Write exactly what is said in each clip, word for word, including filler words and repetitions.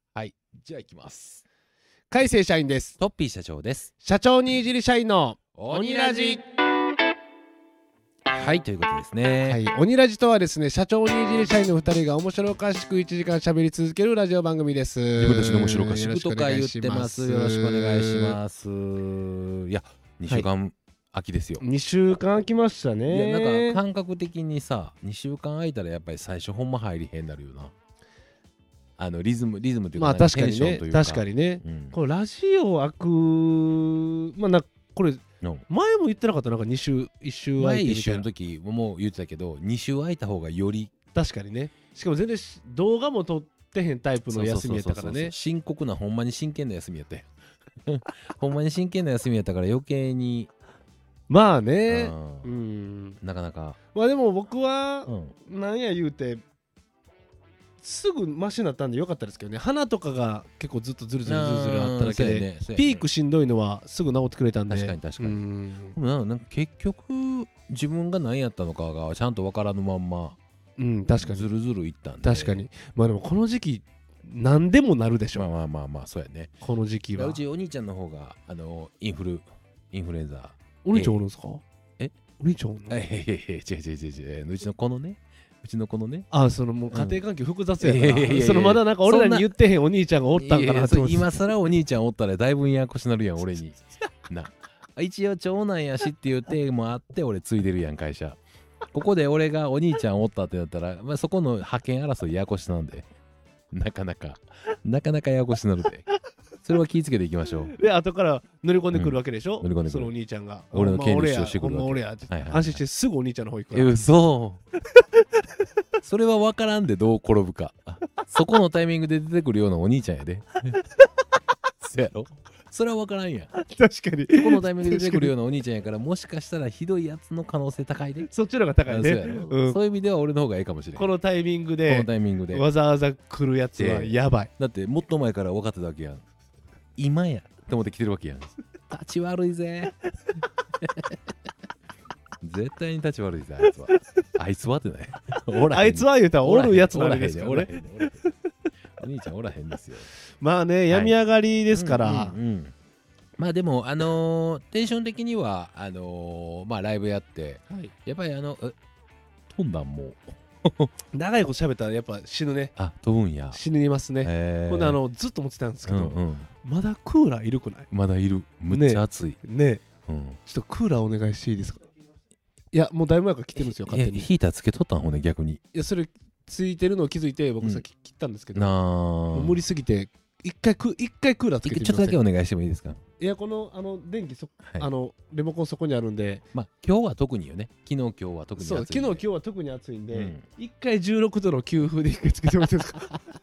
はい、じゃあ行きます。 海星社員です。 トッピー社長です。 社長にいじり社員の鬼ラジ。はい、ということですね。 はい、鬼ラジとはですね、社長にいじり社員のふたりが面白おかしくいちじかん喋り続けるラジオ番組です。 自分たちの面白おかしくとか言ってます。よろしくお願いします。いや、にしゅうかん、はい、空きですよ。 にしゅうかん空きましたね。 いや、なんか感覚的にさ、にしゅうかん空いたらやっぱり最初ほんま入りへんなるよな。あのリズムリズムというか、 まあ確かにね、確かにね、うん、これラジオ開く、まあなこれ前も言ってなかった？なんかに週いっ週空いてみたいな。 前いっ週の時も言ってたけど、に週空いた方がより確かにね。しかも全然動画も撮ってへんタイプの休みやったからね。 深刻なほんまに真剣な休みやったよほんまに真剣な休みやったから余計にまあね、うん、 なかなか。 まあでも僕は、うん、なんや言うてすぐマシになったんでよかったですけどね。鼻とかが結構ずっとズルズルズルズルあっただけで、ねね、ピークしんどいのはすぐ治ってくれたんで。 確かに確かに。うんななんか結局自分が何やったのかがちゃんと分からぬまんま、 うん、確かにズルズルいったんで。 確かに。まあでもこの時期何でもなるでしょ。 まあまあまあまあそうやね。 この時期はうちお兄ちゃんの方があのインフルインフルエンザ。 お兄ちゃんおるんですか？ えお兄ちゃんおるの？ えへへへ違う違う違う違ううちの子のねうちの子のね。 あ、そのもう家庭環境複雑やから、うん、そのまだなんか俺らに言ってへんお兄ちゃんがおったんかなと思って。 今更お兄ちゃんおったらだいぶややこしなるやん俺にな。一応長男やしっていう体もあって俺ついでるやん会社。ここで俺がお兄ちゃんおったってなったら、まあ、そこの派遣争いややこしなんでなかなかなかなかややこしなるで。それは気ぃつけていきましょう。 で後から乗り込んでくるわけでしょ、 うん、乗り込んでくる。 そのお兄ちゃんが俺の権利主張してくるわけ。 俺や、はいはいはい、安心してすぐお兄ちゃんの方行くから。 え、嘘それは分からんでどう転ぶか。そこのタイミングで出てくるようなお兄ちゃんやでそやろ。それは分からんやん。 確かにそこのタイミングで出てくるようなお兄ちゃんやから、もしかしたらひどいやつの可能性高いで。 そっちの方が高いね。そうやろ、 うん、そういう意味では俺の方がいいかもしれん。 このタイミングでこのタイミングでわざわざ来るやつはやばい。 だってもっと前から分かってたわけやん。今やって思って来てるわけやん。立ち悪いぜ絶対に立ち悪いぜあいつは。あいつはってないあいつは言うたらおるやつなんですからね。 お兄ちゃんおらへんですよ。 まあね、病み上がりですから、 うんうんうん、まあでもあのー、テンション的にはあのー、まあライブやって、はい、やっぱりあのえ飛んだんもう長いこと喋ったらやっぱ死ぬね。 あ、飛ぶんや。 死にますね。ほんであのずっと思ってたんですけど、うんうん、まだクーラーいるくない？ まだいる。むっちゃ暑いね。ね、うん、ちょっとクーラーお願いしていいですか？いやもうだいぶ前から来てるんですよ勝手に。 ヒーターつけとったんほんね逆に。 いやそれついてるのを気づいて僕さっき切ったんですけど、 うん、 もう無理すぎて一回ク一回クーラーつけてみません？ ちょっとだけお願いしてもいいですか？ いやこのあの電気そ、はい、あのレモコンそこにあるんで、 まあ今日は特によね。昨日今日は特に暑いんで。そう昨日今日は特に暑いんで、うん、一回じゅうろくどの給風で一回つけてもらっていいですか？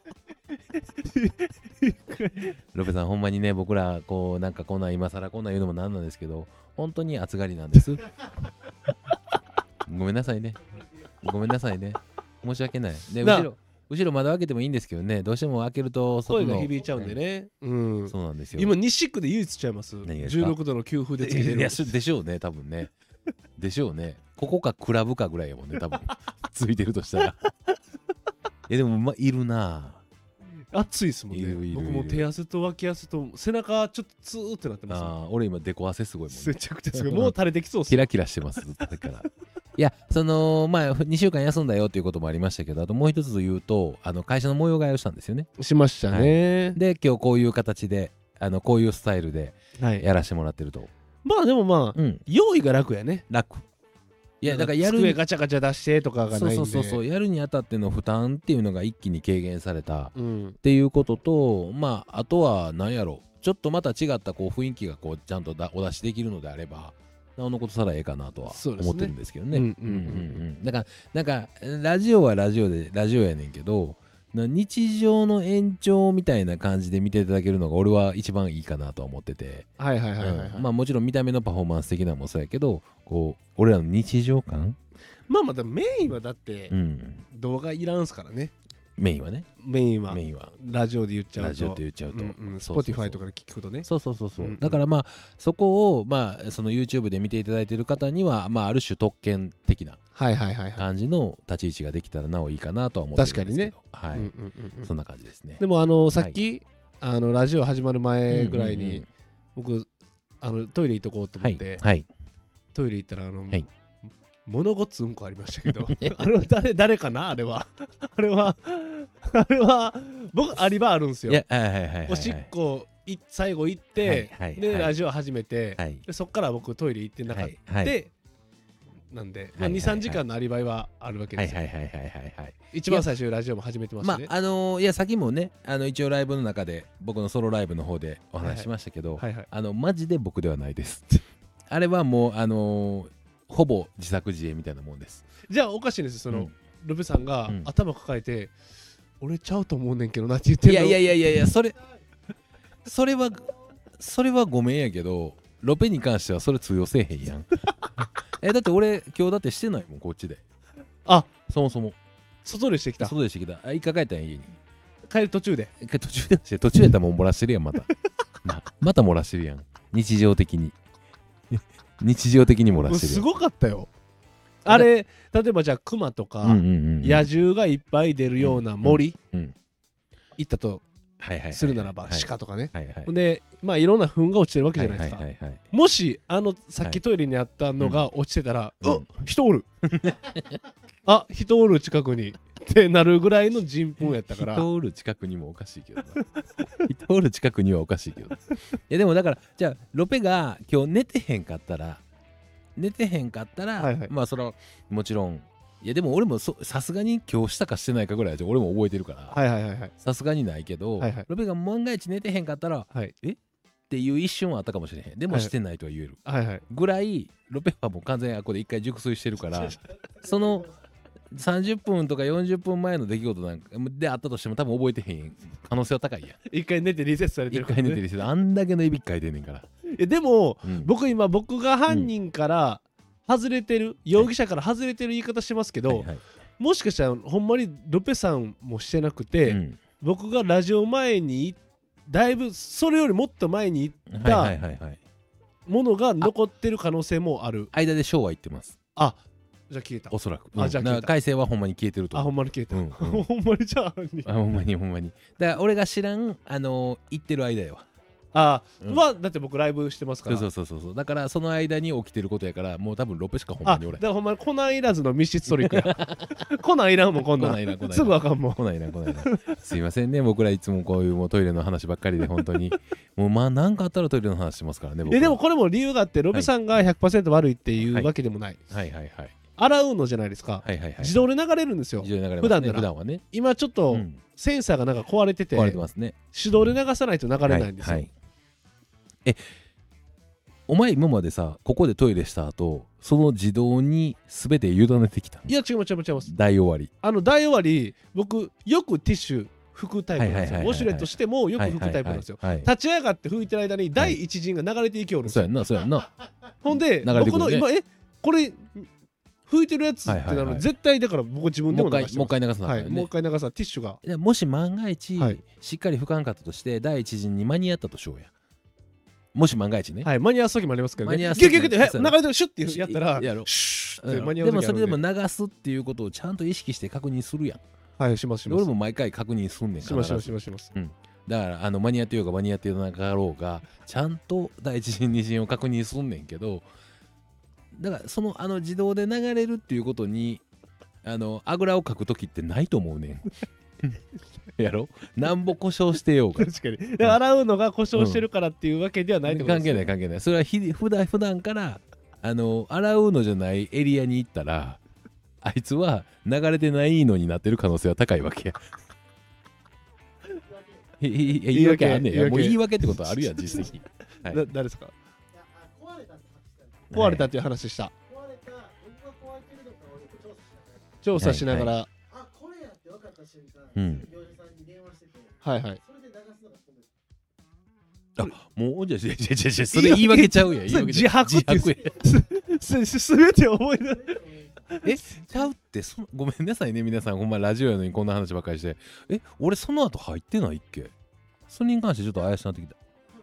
ロペさんほんまにね、僕らこうなんかこんなん今更こんなん言うのもなんなんですけど、本当に暑がりなんですごめんなさいねごめんなさいね申し訳ない。で後ろ後ろ窓開けてもいいんですけどね、どうしても開けると声が響いちゃうんでね、 うん、そうなんですよ。 今西区で唯一ちゃいます。じゅうろくどの給風でつけてる。 いやでしょうね多分ねでしょうね。ここかクラブかぐらいやもんね多分ついてるとしたらえでもまいるな。 暑いですもんね。僕も手汗と脇汗と背中ちょっとツーってなってます。 ああ俺今デコ汗すごいもんね。 めちゃくちゃすごい。もう垂れてきそうっす。 キラキラしてますだからいやそのまあにしゅうかん休んだよっていうこともありましたけど、あともう一つ言うとあの会社の模様替えをしたんですよね。 しましたね、 はい、で今日こういう形であのこういうスタイルでやらせてもらってると、はい、 まあでもまあ、うん、用意が楽やね。 楽。いやだからやる机ガチャガチャ出してとかがないんで、 そうそうそうそうやるにあたっての負担っていうのが一気に軽減されたっていうことと、うん、まああとは何やろちょっとまた違ったこう雰囲気がこうちゃんとだお出しできるのであればなおのことさらええかなとは思ってるんですけどね。だからなんかラジオはラジオでラジオやねんけど日常の延長みたいな感じで見ていただけるのが俺は一番いいかなとは思ってて、 はいはいはいはい、はい、 うん、まあもちろん見た目のパフォーマンス的なのもそうやけどこう俺らの日常感、 まあまだメインはだって動画いらんすからね、 メインはねメインはメインはラジオで言っちゃうとラジオで言っちゃうと、 うんうん、Spotify とかで聞くとね。 そうそうそうそう、 うんうん、 だからまあそこをまあその YouTube で見ていただいている方にはまあある種特権的な感じの立ち位置ができたらなおいいかなとは思ってるんですけど、確かにね、はい、うんうんうん、そんな感じですね。 でもあのさっき、はい、あのラジオ始まる前ぐらいに、うんうんうん、僕あのトイレ行っとこうと思って、はいはい、トイレ行ったらあの、はい、物ごっつうんこありましたけどあれは誰誰かなあれはあれはあれは僕アリバーあるんですよ。おしっこい最後行って、はいはい、で、はい、ラジオ始めて、はい、でそっから僕トイレ行ってなかった、はいはい、なんで、まあ、にさんじかんのアリバイはあるわけですよ。一番最初ラジオも始めてましたね。 まああのー、いやさっきもねあの一応ライブの中で僕のソロライブの方でお話ししましたけど、はいはいはいはい、あのマジで僕ではないですあれはもうあのー、ほぼ自作自演みたいなもんです。 じゃあおかしいんですその、うん、ルベさんが頭抱えて、うん、俺ちゃうと思うねんけどなって言ってるの。 いやいやいやいやそれそれはそれはごめんやけどロペに関してはそれ通用せえへんやんえだって俺今日だってしてないもんこっちで。 あそもそも外でしてきた。 外でしてきた。あ一回帰ったんや家に。 帰る途中で途中でして途中やったらもう漏らしてるやんまたなまた漏らしてるやん日常的に日常的に漏らしてる。 すごかったよあれ。例えばじゃあクマとか、うんうんうんうん、野獣がいっぱい出るような森、うんうんうん、行ったとするならば、はいはいはいはい、鹿とかね、はいはい、でまあいろんな糞が落ちてるわけじゃないですか、はいはいはいはい、もしあのさっきトイレにあったのが落ちてたら、はい、うん、人おるあ人おる近くにってなるぐらいの人糞やったから。 人おる近くにもおかしいけどな人おる近くにはおかしいけどいやでもだからじゃあロペが今日寝てへんかったら寝てへんかったら、はいはい、まあそれはもちろんいやでも俺もさすがに今日したかしてないかぐらいは俺も覚えてるからさすがにないけど、はいはい、ロペが万が一寝てへんかったら、はい、えっていう一瞬はあったかもしれへん。でもしてないとは言える、はいはい、ぐらいロペはもう完全にあこで一回熟睡してるからそのさんじゅっぷんとかよんじゅっぷんまえの出来事なんかであったとしても多分覚えてへん可能性は高いやん。 一回寝てリセットされてるから、ね、一回寝てリセットあんだけのいびきかいてんねんから。 いやでも、うん、僕今僕が犯人から外れてる、うん、容疑者から外れてる言い方してますけど、はいはい、もしかしたらほんまにロペさんもしてなくて、うん、僕がラジオ前にだいぶそれよりもっと前に行ったものが残ってる可能性もある。 間でショーは言ってます。 あじゃあ消えた。 おそらく。 あ、うん、じゃあ消えた。 改正はほんまに消えてると思う。 あ、ほんまに消えた。うんうん、ほんまにじゃあ。 あ、ほんまにほんまに。だから俺が知らん、あのー、行ってる間やわ。 ああ、うん、まあだって僕ライブしてますから。 そうそうそうそう。だからその間に起きてることやから、もう多分ロペしかほんまにおらへん。 だからほんまにコナンいらずの密室トリックや。コナンいらんもんこんなん。コナンいらん、コナンいらん。すぐあかんもん。 コナンいらん、コナンいらん。すいませんね、僕らいつもこういうもうトイレの話ばっかりで本当に。もうまあ何かあったらトイレの話しますからね。僕えでもこれも理由があって、ロペさんが ひゃくパーセント 悪いっていうわけでもない。 はい、はい、はいはい。 洗うのじゃないですか、はいはいはいはい、自動で流れるんですよ。 自動で流れますね、 普段なら普段はね。 今ちょっと、うん、センサーがなんか壊れてて、 壊れてますね。 手動で流さないと流れないんですよ、はいはい、 えお前今までさここでトイレした後その自動に全て委ねてきた？ いや違う違う違う違います。 大終わりあの大終わり僕よくティッシュ拭くタイプなんですよ。ウォシュレットしてもよく拭くタイプなんですよ、はいはいはいはい、立ち上がって拭いてる間に第一陣が流れていきおるんですよ、はい、 そうやんなそうやんなほんで、ね、僕の今えこれ拭いてるやつってなる、はいはいはい、絶対だから僕自分でも流してます。 もう一回流すな、ね、 はい、もう一回流すなティッシュがもし万が一、はい、しっかり拭かんかったとして第一陣に間に合ったとしようや。もし万が一ね、 はい、間に合わす時もありますけどね。ギュギュギュって流れてるシュッてやったらやろシュッって間に合う時あるんで。でもそれでも流すっていうことをちゃんと意識して確認するやん。 はいしますします。 俺も毎回確認すんねんから。 しますしますします、 うん、だからあの間に合ってようが間に合ってなかろうがちゃんと第一陣二陣を確認すんねんけど、だからそのあの自動で流れるっていうことにあのあぐらをかく時ってないと思うねんやろなんぼ故障してようが。 確かに、うん、洗うのが故障してるからっていうわけではないってことです、 ね、関係ない関係ない。それはひ普段普段からあの洗うのじゃないエリアに行ったらあいつは流れてないのになってる可能性は高いわけや言い訳あんねんや。もう言い訳ってことあるやん実績、 はい、だ誰ですか？壊れたっていう話した、はい、調査しながら、はいはいあこれやって分かった瞬間、うん、業者さんに電話してて、はいはい、それで流すのがあもうじゃじゃじゃじゃじゃそれ言い訳ちゃうやん。 自白ってすべて覚えてえちゃうってそごめんなさいね皆さん、ほんまラジオやのにこんな話ばっかりして、え俺その後入ってないっけ？それに関してちょっと怪しくなってきた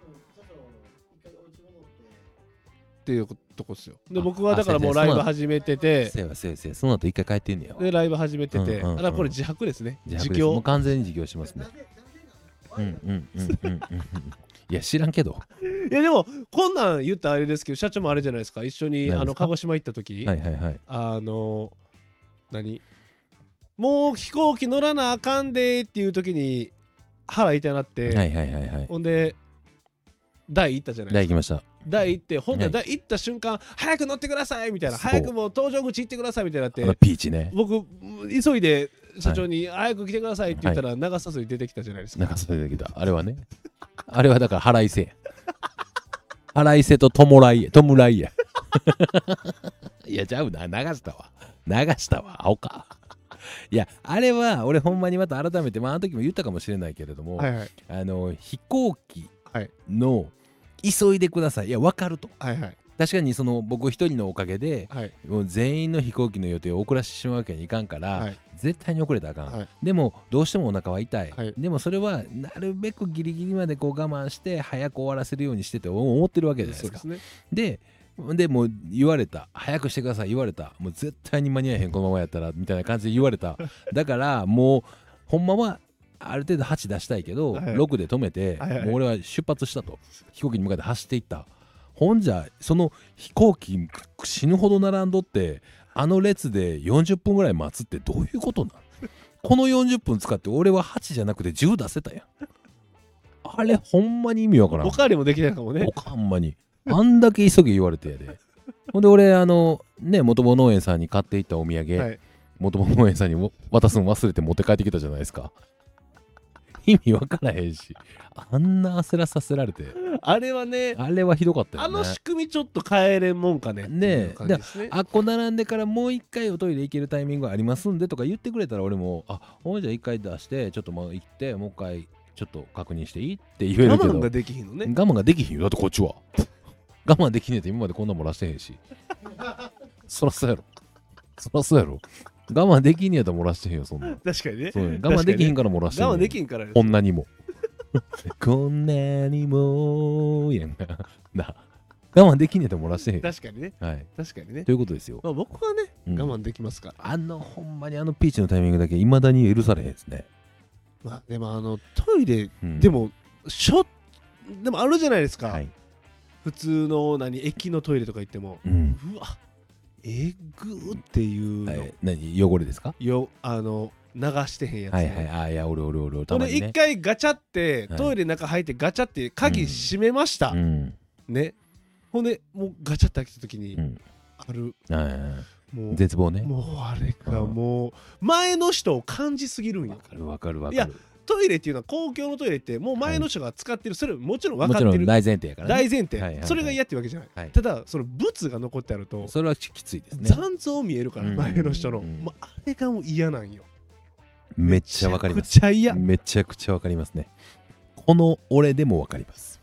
っていうとこっすよ。で僕はだからもうライブ始めてて、 せやせやせやその後一回帰ってんねや。 でライブ始めてて、 うんうんうん、 あこれ自白ですね。 自白です。もう完全に自供しますね。うんうんうんうんうんいや知らんけど。 いやでもこんなん言ったらあれですけど、社長もあれじゃないですか、一緒にあの鹿児島行った時、 はいはいはい、 あの何もう飛行機乗らなあかんでっていう時に腹痛いなって、 はいはいはいはい、 ほんで台行ったじゃないですか。 台行きました。 台行ってほんで台行った瞬間、早く乗ってくださいみたいな、早くもう搭乗口行ってくださいみたいなって、 あのピーチね、 僕急いで社長に早く来てくださいって言ったら流さずに出てきたじゃないですか。 流さずに出てきた。あれはねあれはだから腹いせ腹いせと弔いや弔いやいやちゃうな、流したわ流したわ青かいやあれは俺ほんまにまた改めて、まああの時も言ったかもしれないけれども、 はいはい、 あの飛行機の急いでください、いや分かると、 はいはい、 確かにその僕一人のおかげで、はい、もう全員の飛行機の予定を遅らせてしまうわけにいかんから、はい、絶対に遅れたらあかん、はい、でもどうしてもお腹は痛い、はい、でもそれはなるべくギリギリまでこう我慢して早く終わらせるようにしてて思ってるわけじゃないですか。そうですね。ででもう言われた、早くしてください言われた、もう絶対に間に合えへんこのままやったらみたいな感じで言われただからもうほんまはある程度はち出したいけど、はい、ろくで止めて、はいはい、もう俺は出発したと、飛行機に向かって走っていった。ほんじゃその飛行機死ぬほど並んどってあの列でよんじゅっぷんぐらい待つってどういうことなんこのよんじゅっぷん使って俺ははちじゃなくてじゅう出せたやん。あれほんまに意味わからん。 おかわりもできないかもね。 ほんまにあんだけ急げ言われてやでほんで俺あのね元母農園さんに買っていったお土産、はい、元母農園さんに渡すの忘れて持って帰ってきたじゃないですか。意味わからへんし、あんな焦らさせられて、 あれはね、 あれはひどかったよね。 あの仕組みちょっと変えれんもんかね。 ねえ、ね、あっこ並んでからもう一回おトイレ行けるタイミングありますんでとか言ってくれたら俺も、あ、ほんじゃ一回出してちょっともう行ってもう一回ちょっと確認していいって言えるけど、 我慢ができひんのね。 我慢ができひんよ。だってこっちは我慢できねえって今までこんなもらしてへんしそらそうやろそらそうやろ我慢できんやったら漏らしてへんよそんな。 確かにね。 我慢できひんから漏らしてへん。 我慢できひんからこんなにもこんなにもやんかな。我慢できんやったら漏らしてへん。 確かにね。 はい。 確かにね。 ということですよ。 まあ、僕はね、 うん、 我慢できますから。 あのほんまにあのピーチのタイミングだけいまだに許されへんですね。 まあでもあのトイレ、うん、でもしょでもあるじゃないですか。はい、普通の何駅のトイレとか行っても、うん、うわえぐっていうの、はい、 何汚れですか？ よあの流してへんやつ、ね、 はいはい、あいや俺俺俺俺たまにね。俺一回ガチャってトイレの中入ってガチャって鍵閉めました、うん、ね。ほんでもうガチャって開けた時に、うん、ある、 もう絶望ね。 もうあれか、うん、もう前の人を感じすぎるんよ。 わかるわかるわかる。 いやトイレっていうのは公共のトイレってもう前の人が使ってる、はい、それもちろん分かってる、もちろん大前提やからね。 大前提、はいはいはい、それが嫌ってわけじゃない、はい、ただその物が残ってあるとそれはきついですね。 残像見えるから、前の人の、うんうん、まあ、あれがもう嫌なんよ。 めっちゃわかります。 めちゃくちゃ嫌。 めちゃくちゃわかりますね。この俺でもわかります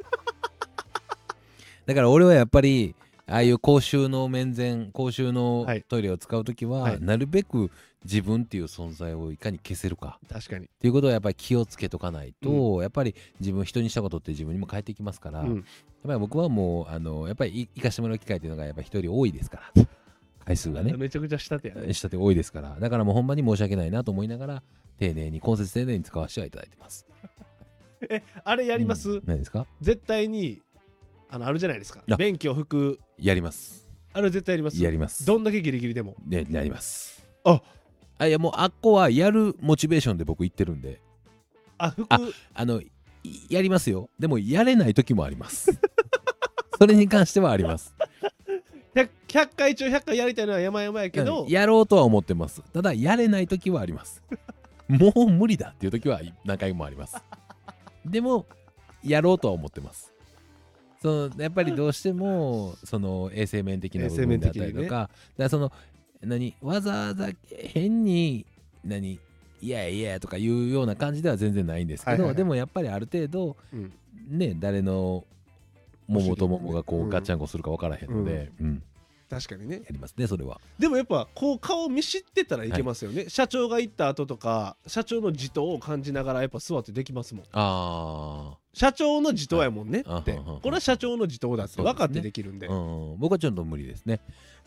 だから俺はやっぱりああいう公衆の面前公衆のトイレを使うときは、はい、なるべく自分っていう存在をいかに消せるか、 確かにっていうことはやっぱり気をつけとかないと、うん、やっぱり自分人にしたことって自分にも返ってきますから、うん、やっぱり僕はもうあのやっぱり生かしてもらう機会っていうのがやっぱり人より多いですから回数がねめちゃくちゃ下手やね。 下手多いですから、だからもうほんまに申し訳ないなと思いながら丁寧に根節丁寧に使わせてはいただいてますえあれやります、うん、 何ですか？ 絶対にあのあるじゃないですか、便器を拭く。 やります。 あれ絶対やります。 やります。 どんだけギリギリでも。 ね、やります。 ああいやもうあっこはやるモチベーションで僕言ってるんで。 あ服ああのやりますよ。でもやれない時もありますそれに関してはあります。 100, ひゃっかい中ひゃっかいやりたいのは山々やけど、 やろうとは思ってます。ただやれない時はありますもう無理だっていう時は何回もありますでもやろうとは思ってます。そのやっぱりどうしてもその衛生面的な部分だったりとか、ね、だからその何わざわざ変に何いやいやとかいうような感じでは全然ないんですけど、はいはいはい、でもやっぱりある程度、うん、ね誰の桃と桃がこうガッチャンコするか分からへんので、うんうん、 確かにねやりますねそれは。 でもやっぱこう顔見知ってたらいけますよね、はい、社長が行った後とか社長の地頭を感じながらやっぱ座ってできますもん。 ああ社長の地頭やもんねって、 はい、 これは社長の地頭だって分かってできるんで、 うん、僕はちょっと無理ですね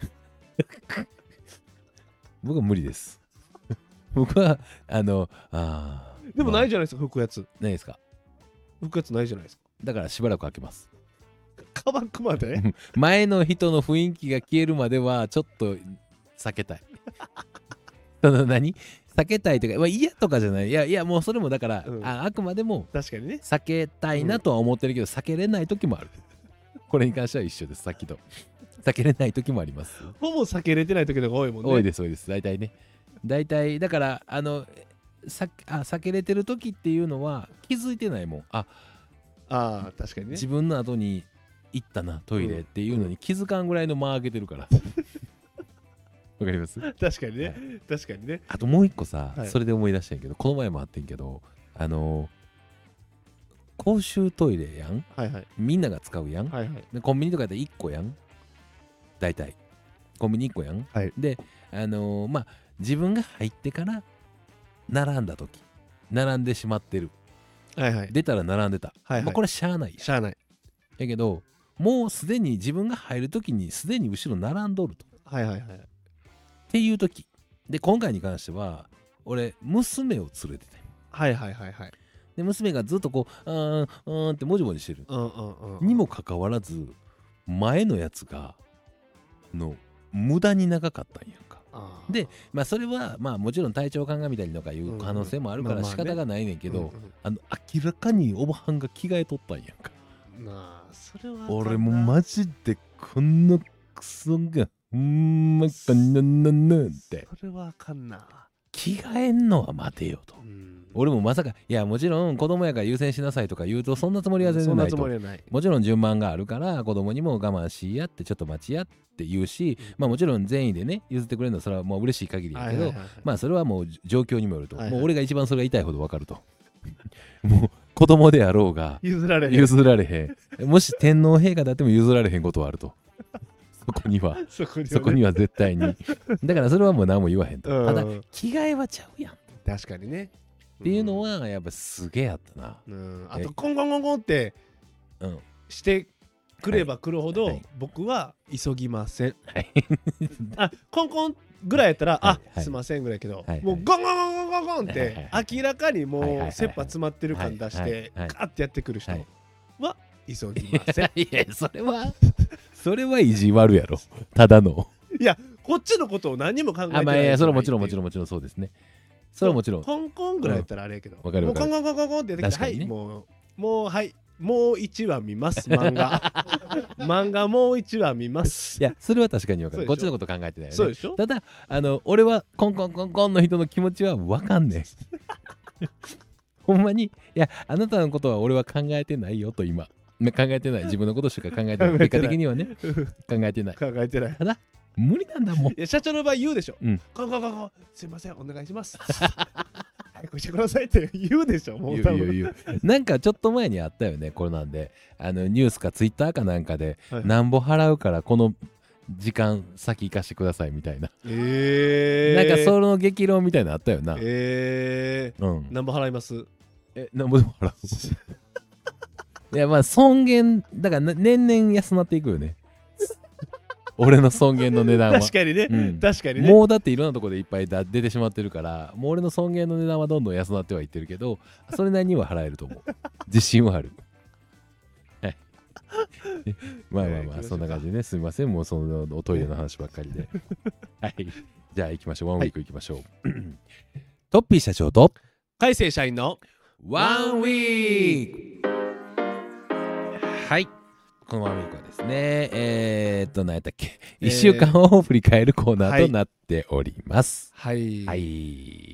僕は無理です僕はあのあでもないじゃないですか、まあ、拭くやつないですか。 拭くやつないじゃないですか。 だからしばらく開けます。 乾くまで前の人の雰囲気が消えるまではちょっと避けたいその何避けたいとか、まあ、嫌とかじゃない。いやいやもうそれもだから、うん、あ, あくまでも確かにね避けたいなとは思ってるけど、うん、避けれない時もある。これに関しては一緒です。さっきと避けれない時もあります。 ほぼ避けれてない時の方が多いもんね。 多いです多いです。大体ね大体だからあのさあ避けれてる時っていうのは気づいてないもん。ああ確かにね自分の後に行ったなトイレっていうのに気づかんぐらいの間開けてるからわかります。 確かにね、はい、確かにね。 あともう一個さ、 はい、 それで思い出したんやけどこの前もあってんけどあのー、公衆トイレやん、 はいはい、 みんなが使うやん、 はいはい、 でコンビニとかやったらいっこやん大体コンビニいっこやん、 はい、 であのー、まあ自分が入ってから並んだ時並んでしまってる、 はいはい、 出たら並んでた、 はいはい、 まあ、これしゃあないしゃあないやけどもうすでに自分が入る時にすでに後ろ並んどると、 はいはいはい、 っていう時で今回に関しては俺娘を連れてて、 はいはいはいはい、 で娘がずっとこうあーあーってもじもじしてる、 うんうんうんうん、 にもかかわらず前のやつがの無駄に長かったんやんか。でまあそれはまあもちろん体調鑑みたいとかいう可能性もあるから仕方がないねんけど、あの明らかにおばはんが着替えとったんやんか。 まあそれは俺もマジでこのクソがほんまかなんなんなんってそれはあかんな。 着替えんのは待てよと、うん、俺もまさかいやもちろん子供やから優先しなさいとか言うとそんなつもりは全然ないと、そんなつもりはない。もちろん順番があるから子供にも我慢しやってちょっと待ちやって言うし、うん、まあもちろん善意でね譲ってくれるのはそれはもう嬉しい限りやけど、まあそれはもう状況にもよると、はいはい、もう俺が一番それが痛いほど分かるともう子供であろうが譲られへん譲られへんもし天皇陛下だっても譲られへんことはあるとそこにはそこには、ね、 そこには絶対にだからそれはもう何も言わへんと、うん、ただ着替えはちゃうやん確かにねっていうのはやっぱすげえあったな、 うん、あとコンコンコンコンってしてくればくるほど、はい、僕は急ぎません、はい、あコンコンぐらいやったら、はい、あ、はい、すいませんぐらいやけど、はい、もうゴンゴンゴンゴンゴンゴンって明らかにもう切羽詰まってる感出してガーってやってくる人は急ぎません。 いやそれはそれは意地悪やろただのいやこっちのことを何も考えてない。 あまあいやそれはもちろんもちろんもちろんそうですね。それはもちろんコンコンぐらいやったらあれやけど、 わ、うん、かるわかる。 もうコンコンコンコンって出てきて、はいもうもうはいもういちわ見ます漫画漫画もういちわ見ます。 いやそれは確かにわかる。こっちのこと考えてないよね。 そうでしょ。 ただあの俺はコンコンコンコンの人の気持ちはわかんねえほんまにいやあなたのことは俺は考えてないよと今考えてない自分のことしか考えてない結果的にはね考えてない考えてない。 ただ無理なんだもん。いや社長の場合言うでしょ、うん、コンコンコンコンすいませんお願いします早くしてくださいって言うでしょ。もう多分言う言う言うなんかちょっと前にあったよねこれなんであのニュースかツイッターかなんかで、はい、なんぼ払うからこの時間先行かしてくださいみたいな、 えー、 なんかその激論みたいなのあったよな。 えー、うん、なんぼ払います。 えなんぼでも払ういやまあ尊厳だから年々安なっていくよね俺の尊厳の値段は確かにね、うん、確かにね。 もうだっていろんなところでいっぱいだ出てしまってるからもう俺の尊厳の値段はどんどん安なってはいってるけどそれなりには払えると思う自信はあるはいまあまあまあそんな感じでねすみませんもうそのおトイレの話ばっかりではいじゃあ行きましょうワンウィーク行きましょう、はい、トッピー社長と海星社員のワンウィークはいこのワンウィークはですねえー、っと何やったっけ、えー、いっしゅうかんを振り返るコーナーとなっておりますはい、 はい、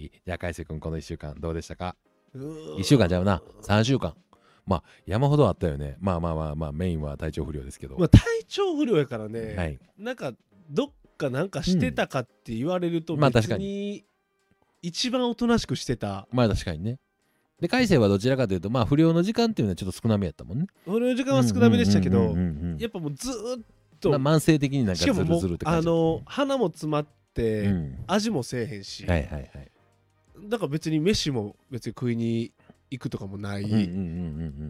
じゃあ海星君このいっしゅうかんどうでしたか。いっしゅうかんちゃうなさんしゅうかんまあ山ほどあったよね。まあまあまあまあメインは体調不良ですけど、 まあ、体調不良やからね、 はい、 なんかどっかなんかしてたかって言われると別に、 まあ確かに一番おとなしくしてた。 まあ確かにね。で海星はどちらかというとまあ不良の時間っていうのはちょっと少なめやったもんね。 不良の時間は少なめでしたけどやっぱもうずっとと、 まあ、慢性的になんかズルズルって感じ。 あの鼻も詰まって、うん、味もせえへんし、 はいはいはい、 だから別に飯も別に食いに行くとかもない、うんうんうんうん、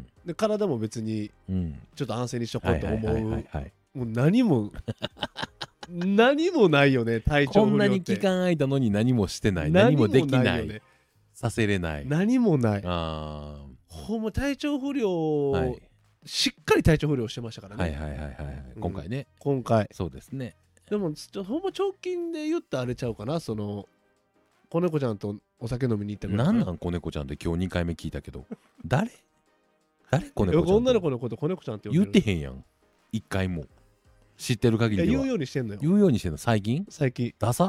で体も別にちょっと安静にしとこうと思う、もう何も何もないよね、体調不良って。こんなに期間空いたのに何もしてない、何もできない、何もないよね、させれない、何もない。あ、ほんま体調不良、はい、しっかり体調不良してましたからね。はいはいはいはい、うん、今回ね。今回そうですね。でもほんま直近で言ったらあれちゃうかな、その子猫ちゃんとお酒飲みに行ったから。なんなん子猫ちゃんって今日にかいめ聞いたけど誰誰子猫ちゃん。女の子のこと子猫ちゃんって言ってへんやんいっかいも。知ってる限りでは。言うようにしてんのよ。言うようにしてんの最近。最近ダサ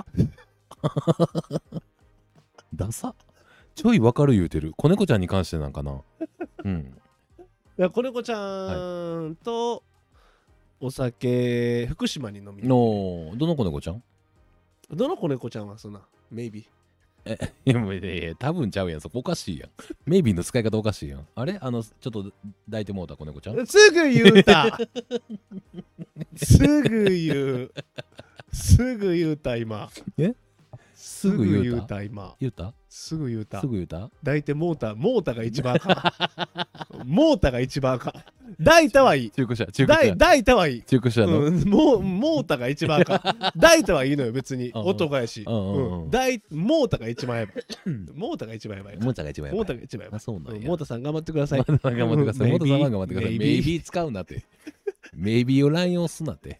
ダサちょいわかる言うてる。子猫ちゃんに関してなんかな。うん。いや子猫ちゃんとお酒福島に飲みに行って。どの子猫ちゃん。どの子猫ちゃんはそんなメイビー。えいやいや多分ちゃうやん、そこおかしいやん。メイビーの使い方おかしいやん。あれあのちょっと抱いてもうた子猫ちゃん。すぐ言うたすぐ言うすぐ言うた今。えすぐ言うた今。言うたすぐ言うたすぐ言うた抱いてモーターモーターが一番あかんモーターが一番あかん。抱いたはいい。中古車中古車抱いたはいい。中古車の、うん、モーターが一番あかん。抱いたはいいのよ別に。男やし、モーターが一番やばい。モーターが一番やばい。モーターが一番やばい。モーターが一番やばい。そうなんや。モーターさん頑張ってください。頑張ってください。モーターさんは頑張ってください。メイビー使うなってメイビーを乱用すなって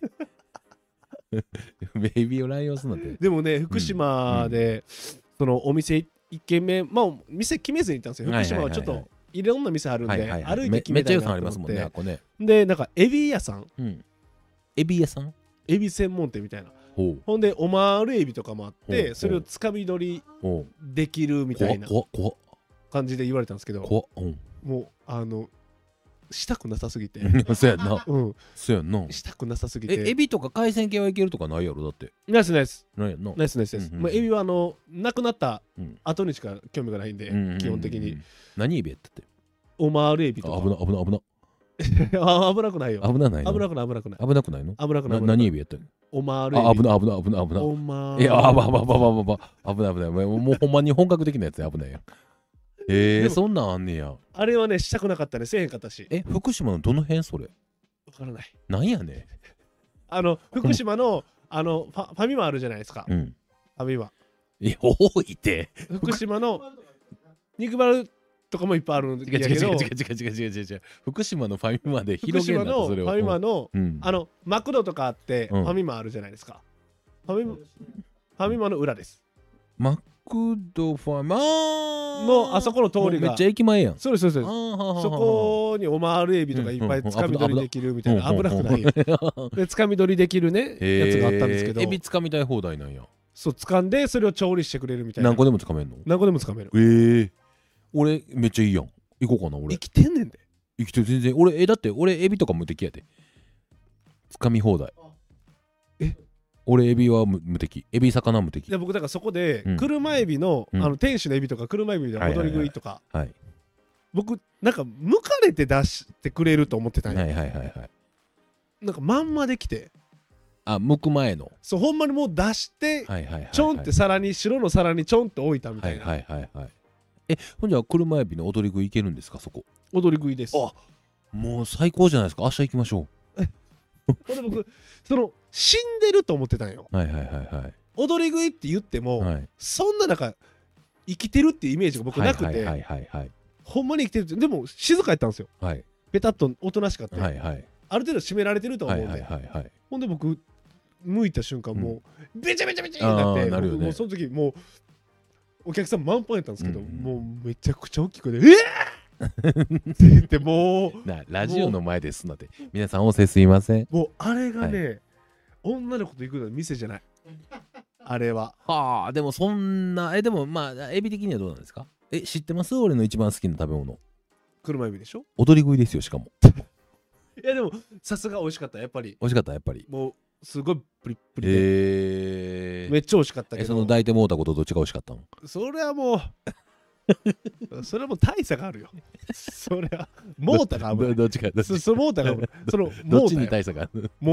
メイビーを乱用すなって。でもね福島で、そのお店一軒目、まあ店決めずに行ったんですよ。福島はちょっといろんな店あるんで、歩いて決めたいなと思って。めっちゃ予算ありますもんね、あこね。でなんかエビ屋さん、エビ屋さん、エビ専門店みたいな。ほんでオマールエビとかもあって、それをつかみ取りできるみたいな感じで言われたんですけど、もうあのしたくなさすぎて。そうやんな。うん。そうやんな。したくなさすぎて。え、エビとか海鮮系はいけるとかないやろだって。ナイスナイス。ないやんな。ナイスナイスです。まあエビはあの亡くなった後にしか興味がないんで、基本的に。何エビやったって。オマールエビとか。危な危な危な。危なくないよ。危なない。危なくない危なくない。危なくないの？危なくない。何エビやったの？オマールエビ。あ、危な危な危な危な。オマール。いや、あばばばばばば。危ない危ない。もうほんまに本格的なやつや危ないやん。えー、そんなんあんねや。あれはねしたくなかったね、せえへんかったし。え、福島のどの辺それ？わからない。なんやね。あの福島のあのファファミマあるじゃないですか。うん。ファミマ。いや多いって。福島の肉バルとかもいっぱいあるんだけど。違う違う違う違う違う違う違う違う。福島のファミマで広げんなとそれを。福島のファミマの、うん、あのマクドとかあって、うん、ファミマあるじゃないですか。ファミマファミマの裏です。マクドファマのあそこの通りがめっちゃ駅前やん。そうですそうです。そこにオマールエビとかいっぱいつかみ取りできるみたいな。危なくないよ。でつかみ取りできるねやつがあったんですけど、エビつかみたい放題なんや。そうつかんでそれを調理してくれるみたいな。何個でもつかめるの？何個でもつかめる。ええ、俺めっちゃいいやん。行こうかな俺。生きてんねんで。生きてる全然。俺えだって俺エビとか無敵やで。つかみ放題。え？俺エビは無敵。エビ魚無敵。いや僕だからそこで車エビの、うん、あの天使のエビとか車エビで踊り食いとか、はいはいはいはい、僕なんか向かれて出してくれると思ってたんや。はいはいはいはい。なんかまんまできて。あ、剥く前の。そうほんまにもう出して、はいはいはいはい、ちょんって皿に白の皿にちょんって置いたみたいな。はいはいはいはい。え、ほんじゃ車エビの踊り食いいけるんですかそこ？踊り食いです。あ、もう最高じゃないですか。明日行きましょう。これ僕その死んでると思ってたんよ。はいはいはいはい。踊り食いって言っても、はい、そんななんか生きてるっていうイメージが僕なくて、はいはいはいはいはい、ほんまに生きてるって。でも静かやったんですよ。はい、ペタッとおとなしかった、はいはい、ある程度締められてると思うんで、はいはいはいはい、ほんで僕剥いた瞬間もうべちゃべちゃべちゃになって、なるよね、もうその時もうお客さん満帆やったんですけど、うんうん、もうめちゃくちゃ大きくてえーって言ってもうなラジオの前ですので皆さんおせすいません。もうあれがね、はい、女の子と行くのは店じゃないあれは。はあ、でもそんなえでもまあエビ的にはどうなんですか？え知ってます？俺の一番好きな食べ物車エビでしょ。踊り食いですよしかもいやでもさすが美味しかった。やっぱり美味しかった。やっぱりもうすごいプリップリで、えー、めっちゃ美味しかったけど、えその抱いてもうたことどっちが美味しかったの？それはもうそれはもう大差があるよ。それはモーターが危ない。どっちかどっちそそモーターが危ない。そのどっちに大差がある？もう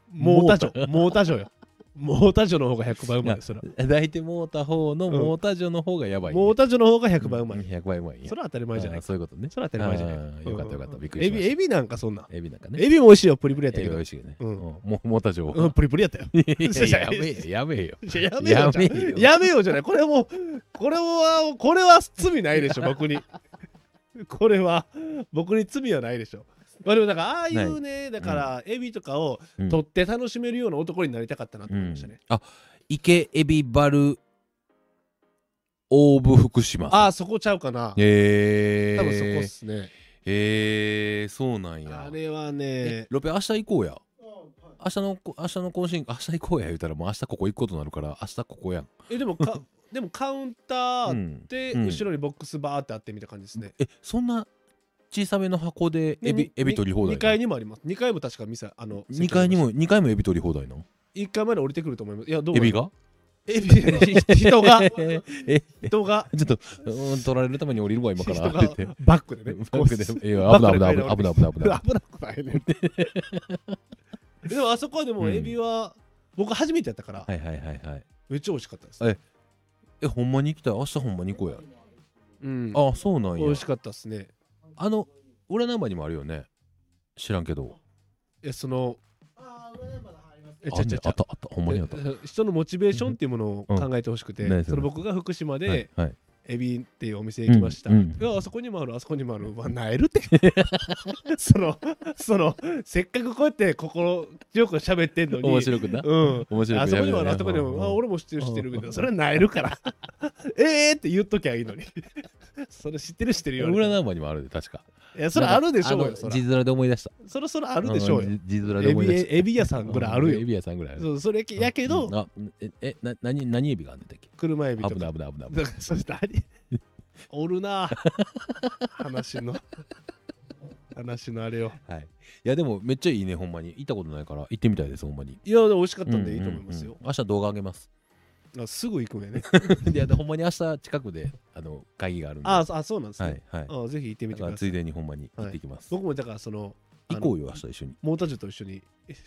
モータジョモータジョよ。モータジョの方がひゃくばいうまい。それ抱いてもうた方のモータジョの方がやばい、 モータジョの方がひゃくばいうまい。 ひゃくばいうまい。 それは当たり前じゃない。 そういうことね。 それは当たり前じゃない。 よかったよかった。びっくりしました。 エビエビなんかそんな。 エビなんかね。 エビも美味しいよ。プリプリやったけど。 美味しいね。モータジョ。 うんプリプリやったよ。 やめえやめえよ。 やめよ。やめよじゃない。これもこれはこれは罪ないでしょ僕に。これは僕に罪はないでしょ。まあでもなんかああいうね、だからエビとかを取って楽しめるような男になりたかったなと思いましたね。 あ、池エビバルオーブ福島。 ああそこちゃうかな。 へえ。 多分そこっすね。 へえ、そうなんや。 あれはね。 ロペ明日行こうや。明日の明日の更新明日行こうや言うたらもう明日ここ行くことになるから明日ここやん。 えでもかでもカウンターで後ろにボックスバーってあってみた感じですね。 えそんな小さめの箱でエビエビ取り放題。 にかいにもあります。にかいも確か店あのにかいにもにかいもエビ取り放題の。 いっかいまで降りてくると思います。いやどうエビがエビ人が人がちょっと取られるために降りるわ今からって言ってバックでね。 バックで危ない危ない危ない危ない危ない危ない危なくないね。でもあそこはでもエビは僕初めてやったからはいはいはいはいめっちゃ美味しかったです。 ええほんまに行きたい。明日ほんまに行こうや。 うんあそうなんや。 美味しかったっすね。 あの裏ナンバーにもあるよね。知らんけど。 えそのえちゃちゃちゃあったあったほんまにあった。 人のモチベーションっていうものを考えてほしくて、その僕が福島でエビっていうお店行きました。いやあそこにもあるあそこにもある。わなえるってそのそのせっかくこうやって心強く喋ってんのに面白くな。 うん面白くあそこにもあるあそこにもあ俺も知ってる知ってるけどそれはなえるからええって言っときゃいいのにそれ知ってる知ってるよ。 裏ナンバーにもあるで確か。 いやそれあるでしょうよ。 字面で思い出した。 そろそろあるでしょうよ。 字面で思い出した。 エビ屋さんぐらいあるよ。 エビ屋さんぐらいある。 そうそれやけどあええな何何エビがあんねんだっけ。 車エビとか。 危ない危ない危ない。 だからそれ何おるな話の話のあれよ。 はい。いやでもめっちゃいいねほんまに。行ったことないから行ってみたいですほんまに。 いや美味しかったんでいいと思いますよ。 明日動画あげます。 あすぐ行くんやね。 いやほんまに明日近くであの会議があるんで。 ああそうなんですね。 はいはい。 あぜひ行ってみてください。 ついでにほんまに行ってきます。 僕もだからその行こうよ明日一緒に。 モータジョと一緒に。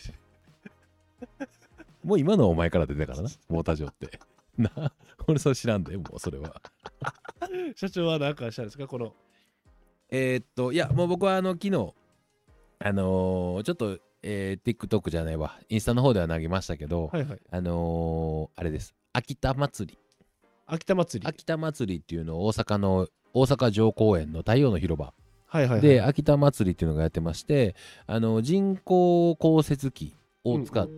もう今のはお前から出たからなモータジョって。な俺それ知らんでもうそれは。 社長は何かしたんですかこの。 えー、っといやもう僕はあの昨日あのー、ちょっと、えー、TikTok じゃないわインスタの方では投げましたけど、 はいはい、 あのー、あれです秋田祭り秋田祭り秋田祭りっていうのを大阪の大阪城公園の太陽の広場はいはいはい、 で秋田祭りっていうのがやってまして、あの人工降雪機を使って、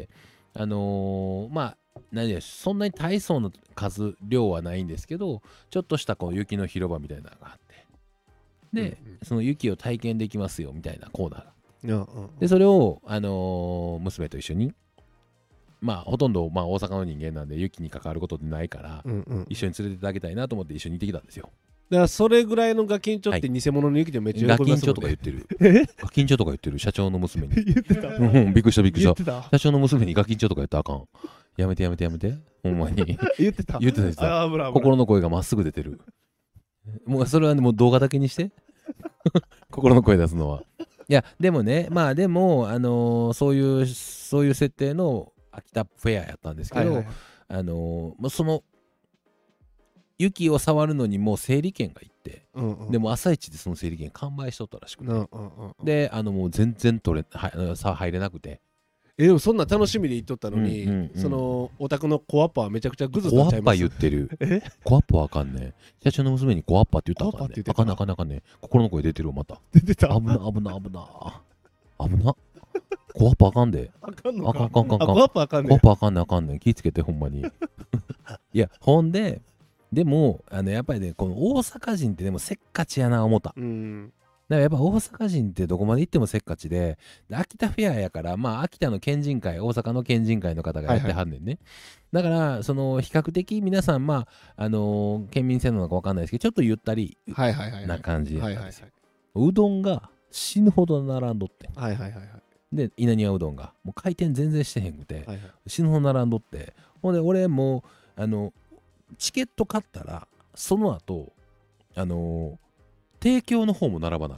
うん、あのー、まあ何でそんなに大層の数量はないんですけどちょっとしたこう雪の広場みたいなのがあってで、うんうん、その雪を体験できますよみたいなコーナーが、うんうんうん、でそれを、あのー、娘と一緒にまあほとんど、まあ、大阪の人間なんで雪に関わることってないから、うんうん、一緒に連れてってあげたいなと思って一緒に行ってきたんですよ。 だからそれぐらいのガキンチョって偽物の雪でめっちゃ喜びますもんね。 ガキンチョとか言ってる。ガキンチョとか言ってる社長の娘に。 言ってた。 うん、びっくりしたびっくりした。 た社長の娘にガキンチョとか言ったらあかん。やめてやめてやめて。ほんまに。 言ってた。 言ってた言ってた。心の声がまっすぐ出てる。もうそれは、ね、もう動画だけにして。心の声出すのは。いやでもねまあでもあのー、そういうそういう設定の秋田フェアやったんですけど、はいはい、あのー、その雪を触るのにもう整理券がいって、うんうん、でも朝一でその整理券完売しとったらしくて、うんうんうん、であのもう全然取れはさ入れなくてえでもそんな楽しみに行っとったのに、うんうんうん、そのお宅のコアッパはめちゃくちゃグズになっちゃいます。 コアッパ言ってるえコアッパはあかんね社長の娘にコアッパって言ったらあかんねあかんねあかんねあかんね心の声出てるわまた出てた危な危な危な危なコアッパあかんであかんのかあかんあかんあかんコアッパあかんねコアッパあかんねあかんね気ぃつけてほんまにいやほんででもあのやっぱりねこの大阪人ってでもせっかちやな思った、うん、だからやっぱ大阪人ってどこまで行ってもせっかちで秋田フェアやからまあ秋田の県人会大阪の県人会の方がやってはんねんね、はいはい、だからその比較的皆さんまああのー、県民性なのか分かんないですけどちょっとゆったりな感じやったんですよ。うどんが死ぬほど並んどって、はいはいはいはい、で稲庭うどんがもう回転全然してへんくて、はいはい、死ぬほど並んどってほんで俺もうあのチケット買ったらその後あのー、提供の方も並ばなあかん、ね、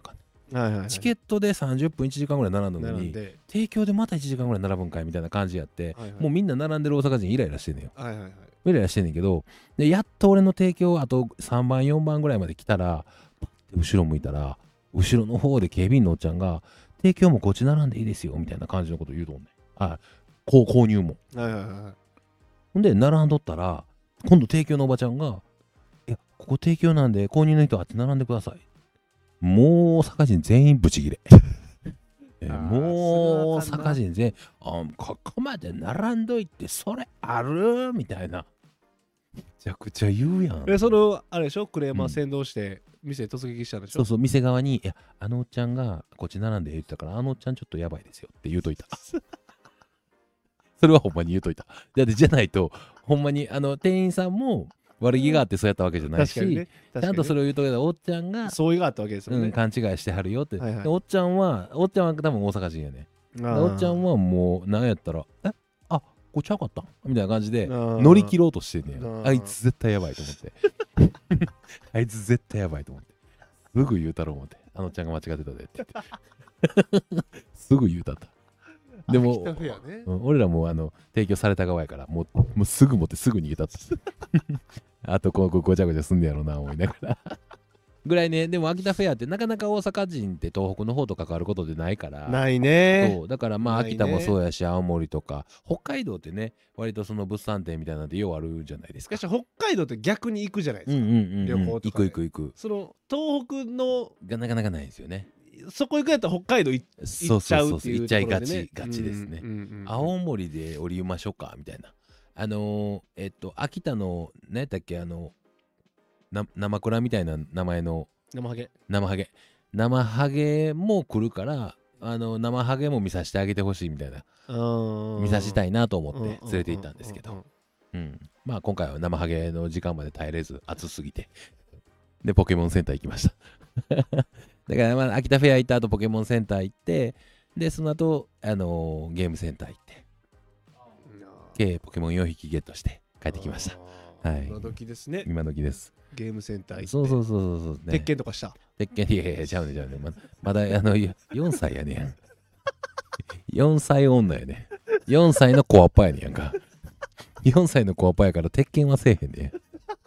はいはいはい、 チケットでさんじゅっぷんいちじかんぐらい並んだのに提供でまたいちじかんぐらい並ぶんかいみたいな感じやって、はいはい、もうみんな並んでる大阪人イライラしてんねんよ、はいはいはい、イライラしてんねんけど、でやっと俺の提供あとさんばんよんばんぐらいまで来たらパッて後ろ向いたら後ろの方で警備員のおっちゃんが提供もこっち並んでいいですよみたいな感じのこと言うとんねん。あ、こう購入も、はいはいはい、ほんで並んどったら今度提供のおばちゃんがいやここ提供なんで購入の人あって並んでください。もう大阪人全員ブチギレえもう大阪人全員あここまで並んどいてそれあるみたいなめちゃくちゃ言うやん。 えそのあれでしょクレーマー先導して店突撃したんでしょ、 うん、そうそう店側にいやあのおっちゃんがこっち並んで言ってたからあのおっちゃんちょっとやばいですよって言うといたそれはほんまに言うといた。だってじゃないとほんまにあの店員さんも悪気があってそうやったわけじゃないし、ね、ちゃんとそれを言うとけどおっちゃんが相違があったわけですよね、 うん、勘違いしてはるよって、はいはい、おっちゃんはおっちゃんは多分大阪人やね。おっちゃんはもう何やったらえあこっちゃうかったみたいな感じで乗り切ろうとしてんねん。あいつ絶対やばいと思ってあいつ絶対やばいと思ってすぐ言うたろう思ってあのちゃんが間違ってたでって言ってすぐ言うたった。でも、ね、うん、俺らもあの提供された側やからもう、もうすぐ持ってすぐ逃げたってあとこの子ごちゃごちゃすんねやろな思いながらぐらいね。でも秋田フェアってなかなか大阪人って東北の方と関わることでないからないね。 そうだからまあ秋田もそうやし青森とか北海道ってね割とその物産展みたいなんでようあるじゃないですか。 しかし北海道って逆に行くじゃないですか、うんうんうん、旅行とか、 ね、行く行く行く。 その東北のがなかなかないですよね。 そこ行くやったら北海道行っちゃうっていうところで、ね、そうそうそう行っちゃいがちがちですね、うんうんうん、青森で降りましょうかみたいな。あのー、えっと秋田の何やったっけあのな生倉みたいな名前の生ハゲ生ハゲ生ハゲも来るからあの生ハゲも見させてあげてほしいみたいな見させたいなと思って連れて行ったんですけど、うん、まあ今回は生ハゲの時間まで耐えれず暑すぎてでポケモンセンター行きましただからまあ秋田フェア行った後ポケモンセンター行ってでその後、あのー、ゲームセンター行って計ポケモンよんひきゲットして帰ってきました。はい、 今時ですね。 今時です。 ゲームセンター行ってそうそうそうそうそう、ね、 鉄拳とかした鉄拳いやいやちゃうねちゃうね ま, まだあのよんさいやねんよんさい女やねよんさいのコアッパやねんやんかよんさいのコアッパやから鉄拳はせえへんね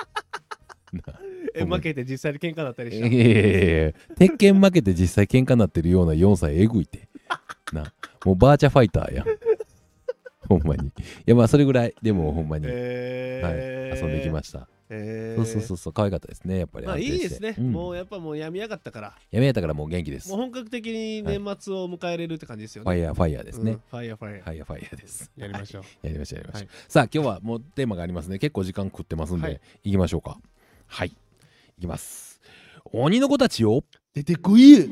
え負けて実際に喧嘩なったりした。 いやいやいや鉄拳負けて実際喧嘩なってるようなよんさいえぐいてなもうバーチャファイターやんほんまに。いやまあそれぐらいでもほんまに、えー、はい、遊んできました。えー、そうそうそうそう可愛かったですねやっぱり。 まあいいですね、うん、もうやっぱもうやみやがったからやみやったからもう元気です。 もう本格的に年末を迎えれるって感じですよね、 はい、ファイヤーファイヤーですね、うん、 ファイヤーファイヤーファイヤーファイヤーです。 やりましょう、 はい、やりましょうやりましょう、はい、さあ今日はもうテーマがありますね。結構時間食ってますんで、はい、行きましょうか。はい行きます。鬼の子たちよ出てこい。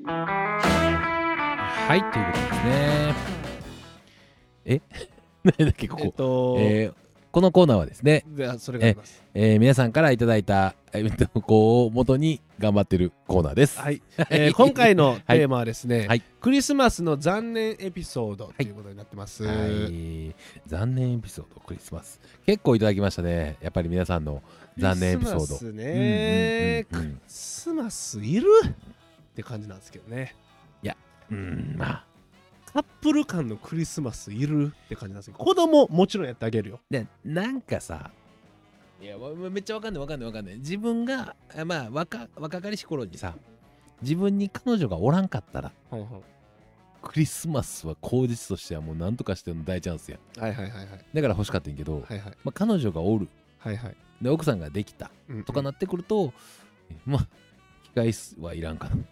はいということですね。え何だっけここ、えっとえー、このコーナーはですねそれがあります、 ええー、皆さんからいただいた投稿を元に頑張ってるコーナーです。 はい、えー、今回のテーマはですね、はい、クリスマスの残念エピソードということになってます、はいはい、 残念エピソードクリスマス結構いただきましたね。やっぱり皆さんの残念エピソード。クリスマスね、クリスマスいるって感じなんですけどね。 いやうんまあカップル間のクリスマスいるって感じなんですけど、子供もちろんやってあげるよ。 でなんかさいやめっちゃわかんないわかんないわかんない。自分がまあ若若かりし頃にさ自分に彼女がおらんかったら、はいはい、クリスマスは口実としてはもう何とかしての大チャンスや。 はいはいはいはい。 だから欲しかったんやけど、はいはい、まあ、彼女がおる、はいはい、で奥さんができた、うんうん、とかなってくるとまあ機会はいらんかな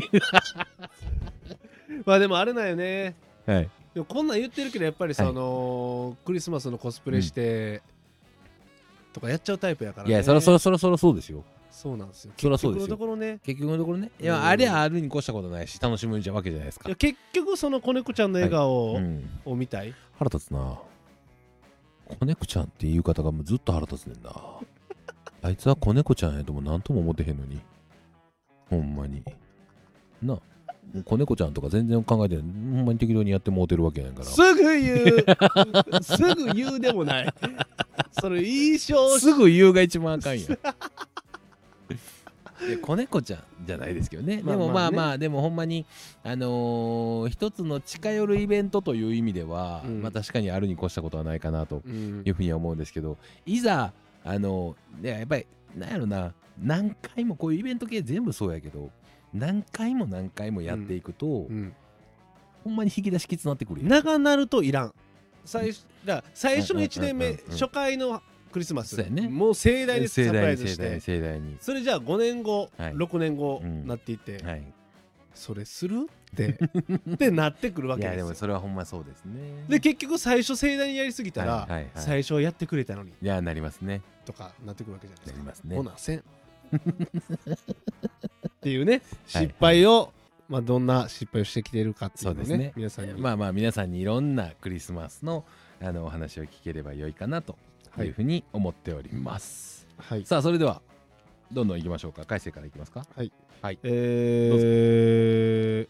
まあでもあれだよね、 はい、 でもこんなん言ってるけどやっぱりその、はい、クリスマスのコスプレして、うん、とかやっちゃうタイプやからね。 いやそろそろそろそろそうですよ。 そうなんですよ。 そろそうですよ。 結局のところね結局のところねいやあれはあるに越したことないし楽しむわけじゃないですか。 いや結局その子猫ちゃんの笑顔を見たい、はい、うん、 腹立つな子猫ちゃんっていう言い方がもうずっと腹立つねんなあいつは子猫ちゃんやとも何とも思ってへんのにほんまにな子猫ちゃんとか全然考えてない。ほんまに適当にやってもうてるわけやんから。 すぐ言うすぐ言うでもないそれ印象すぐ言うが一番あかんやんいや子猫ちゃんじゃないですけどね。でもまあまあでもほんまにあのー、一つの近寄るイベントという意味では、うん、まあ確かにあるに越したことはないかなというふうには思うんですけど、うん、いざあのー、やっぱりなんやろな、何回もこういうイベント系全部そうやけど何回も何回もやっていくと、うんうん、ほんまに引き出しきつなってくるよ。 長なるといらん。最初だ最初のいちねんめ、初回のクリスマス、ね、もう盛大にサプライズして盛大にそれじゃあごねんご、はい、ろくねんごなっていって、うんはい、それするってってなってくるわけですよ。 いやでもそれはほんまそうですね。 で結局最初盛大にやりすぎたら、はいはいはい、最初やってくれたのにいやなりますねとかなってくるわけじゃないですか。 なりますね。 ほなせんっていうね失敗を、はいまあ、どんな失敗をしてきているかっていうのを ね, ね皆さんにまあまあ皆さんにいろんなクリスマスのあのお話を聞ければよいかなというふうに思っております、はい、さあそれではどんどんいきましょうか。海星からいきますか。 はい、はい、えー、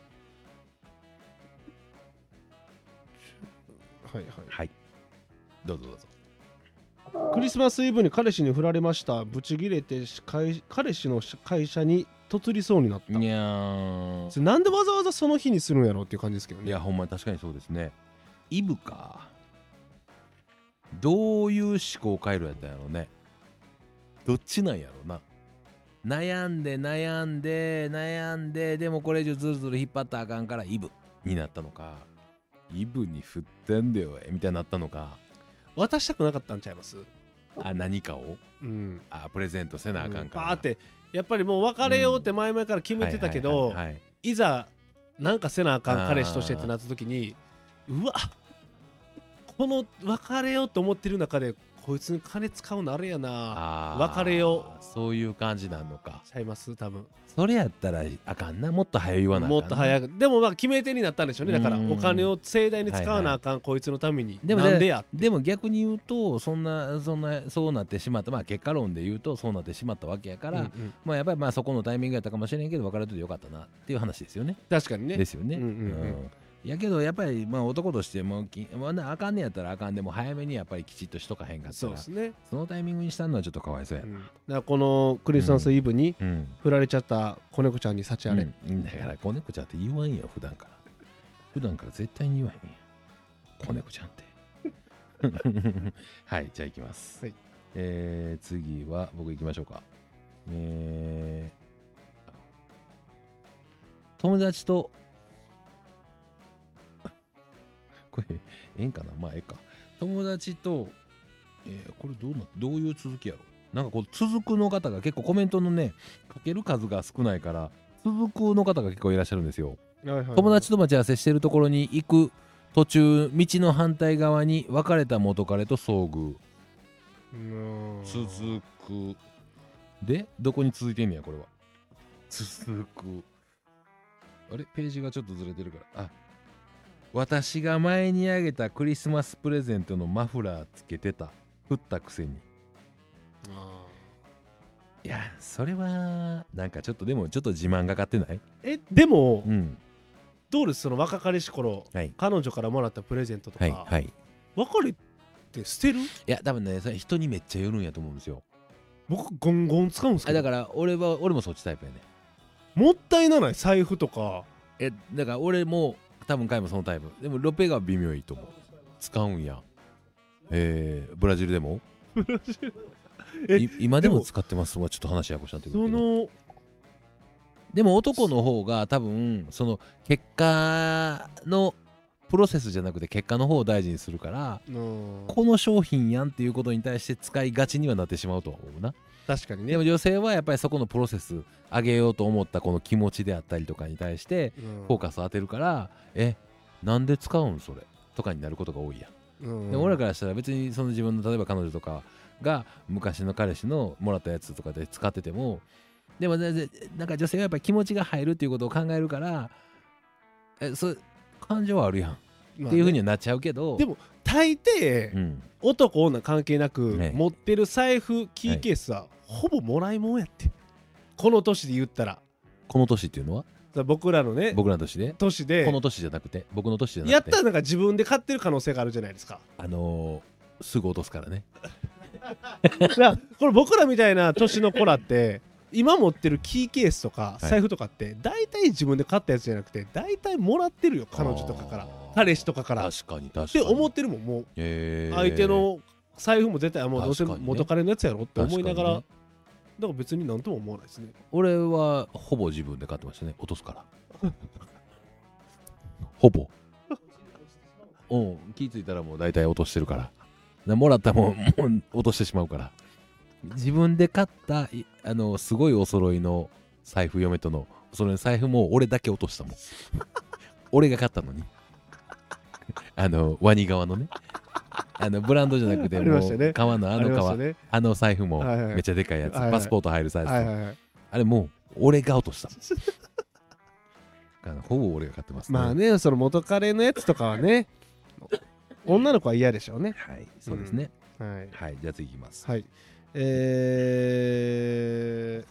はいはいはいどうぞどうぞ。 クリスマスイブに彼氏に振られました。ブチギレて彼氏の会社に嫁りそうになった。 いやーなんでわざわざその日にするんやろうっていう感じですけどね。 いやほんまに確かにそうですね。イブかどういう思考回路やったんやろうね。どっちなんやろうな。悩んで悩んで悩んででもこれ以上ずるずる引っ張ったらあかんからイブになったのか、イブに振ってんだよみたいになったのか。 渡したくなかったんちゃいます？ あ何かを、 うん、 あプレゼントせなあかんから、 うん、バーってやっぱりもう別れようって前々から決めてたけど、いざなんかせなあかん彼氏としてってなった時にうわこの別れようと思ってる中でこいつに金使うのあれやな、別れようそういう感じなんのかちゃいます多分。 それやったらあかんな、もっと早言わなあかんな。 もっと早くでもまあ決め手になったんでしょうね。だからお金を盛大に使わなあかん、はいはい、こいつのために。 でもなんでやでも逆に言うとそんなそんなそうなってしまった、まあ結果論で言うとそうなってしまったわけやから、うんうん、まあやっぱりまあそこのタイミングやったかもしれんけど別れといてよかったなっていう話ですよね。 確かにね。 ですよね。うんうんうんうんやけどやっぱりまあ男としてもき、まあ、あかんねやったらあかんでも早めにやっぱりきちっとしとかへんかったらそうですね。 そのタイミングにしたのはちょっとかわいそうや、うん、だからこのクリスマスイブに振られちゃった子猫ちゃんに幸あれ、 うんうん、だから子猫ちゃんって言わんよ普段から普段から絶対に言わへんや子猫ちゃんってはいじゃあいきます、はいえー、次は僕行きましょうか。えー、友達とこれええんかな、まあええか。友達と、えー、これどうなどういう続きやろ。なんかこう続くの方が結構コメントのねかける数が少ないから続くの方が結構いらっしゃるんですよ、はいはいはい、友達と待ち合わせしてるところに行く途中道の反対側に別れた元彼と遭遇。続くでどこに続いてんねやこれは。続くあれページがちょっとずれてるからあ私が前にあげたクリスマスプレゼントのマフラーつけてた振ったくせに。あいやそれはなんかちょっとでもちょっと自慢がかってない？ えでも、うん、どうですその若かりし頃、はい、彼女からもらったプレゼントとか、はいはい、別れて捨てる？いや多分ねそれ人にめっちゃよるんやと思うんですよ。 僕ゴンゴン使うんですか？ だから俺は俺もそっちタイプやね。 もったいなない財布とか。 えだから俺も多分彼もそのタイプ。でもロペが微妙いいと思う。使うんや。えー、ブラジルでもブラジルえ今でも使ってますわ。ちょっと話ややこしなってくるけど。そのでも男の方が多分その結果のプロセスじゃなくて結果の方を大事にするからこの商品やんっていうことに対して使いがちにはなってしまうとは思うな。 確かにね。 でも女性はやっぱりそこのプロセス上げようと思ったこの気持ちであったりとかに対してフォーカスを当てるから、うん、えなんで使うんそれとかになることが多いや、うん、で俺らからしたら別にその自分の例えば彼女とかが昔の彼氏のもらったやつとかで使っててもでもなんか女性はやっぱり気持ちが入るっていうことを考えるからえそ感情はあるやん、まあね、っていう風にはなっちゃうけどでも大抵、うん、男女関係なく、ね、持ってる財布キーケースは、はい、ほぼもらいもんやってこの年で言ったら。 この年っていうのは僕らのね僕らの年で年でこの年じゃなくて僕の年じゃなくてやったらなんか自分で買ってる可能性があるじゃないですか。 あのー、すぐ落とすからねだからこれ僕らみたいな年の子らって今持ってるキーケースとか財布とかって大体自分で買ったやつじゃなくて大体もらってるよ、彼女とかから彼氏とかから確かに確かにって思ってるもん。もう相手の財布も絶対もうどうせ元彼のやつやろって思いながら、だから別になんとも思わないですね。 俺はほぼ自分で買ってましたね、落とすからほぼうん気ぃついたらもう大体落としてるから、もらったもんもう落としてしまうから、自分で買ったあのすごいお揃いの財布、嫁とのお揃いの財布も俺だけ落としたもん俺が買ったのにあのワニ革のね、あのブランドじゃなくてもう革のあの革、ね、あの財布もめっちゃでかいやつ、はいはい、パスポート入るサイズ、はいはいはい、あれもう俺が落としたあのほぼ俺が買ってますね。 まあね、その元彼のやつとかはね女の子は嫌でしょうね。 はいそうですね、 うん、はい、 はい、じゃあ次いきます。 はい、え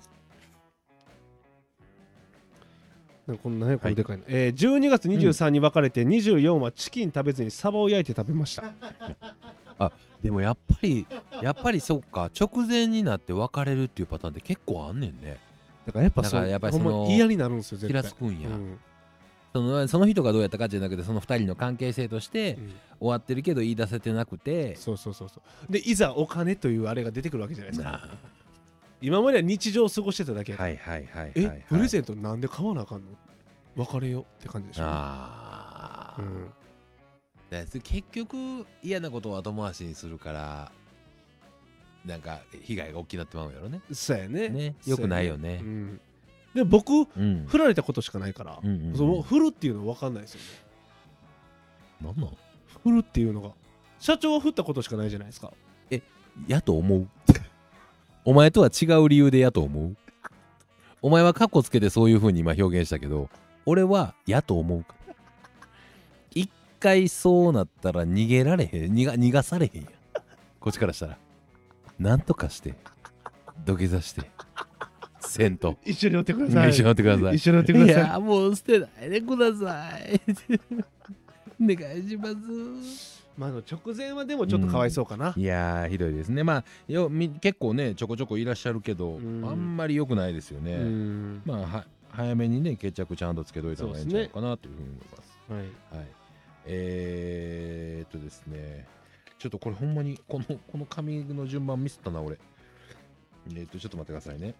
ー、こんなね、これでかいの、はい、えー、じゅうにがつにじゅうさんにちに別れて、うん、にじゅうよんはチキン食べずにサバを焼いて食べましたあ、でもやっぱりやっぱりそっか、直前になって別れるっていうパターンって結構あんねんね。 だからやっぱそう、 やっぱりその嫌になるんですよ絶対。 気らつくんや、うん、そのその人がどうやったかじゃなくて、そのふたりの関係性として終わってるけど言い出せてなくて、 そうそうそうそうで、いざお金というあれが出てくるわけじゃないですか。今までは日常を過ごしてただけ。 はいはいはいはい、 えプレゼントなんで買わなあかんの、別れよって感じでしょ。 ああ、うん、結局嫌なことを後回しにするからなんか被害が大きくなってまうやろね。 そうやね。 ね、よくないよね。 うん、で僕、うん、振られたことしかないから、うんうんうん、その振るっていうの分かんないですよね。 なんなん振るっていうのが、社長は振ったことしかないじゃないですか。 え、やと思うお前とは違う理由でやと思う。お前はカッコつけてそういう風に今表現したけど、俺はやと思う。一回そうなったら逃げられへん、逃が、逃がされへんやん。こっちからしたらなんとかして土下座してせんと一緒に乗ってください。 一緒に乗ってください。 一緒に乗ってください。 いやもう捨てないでくださいお願いします。 まあ、直前はでもちょっとかわいそうかな、 うん、いやーひどいですね。まあよみ結構ねちょこちょこいらっしゃるけど、うん、あんまり良くないですよね、うん、まあは早めにね決着ちゃんとつけといた方がいいんじゃないかなというふうに思います。はい、はい、えー、っとですねちょっとこれほんまにこのこの紙の順番ミスったな俺。えー、っとちょっと待ってくださいね。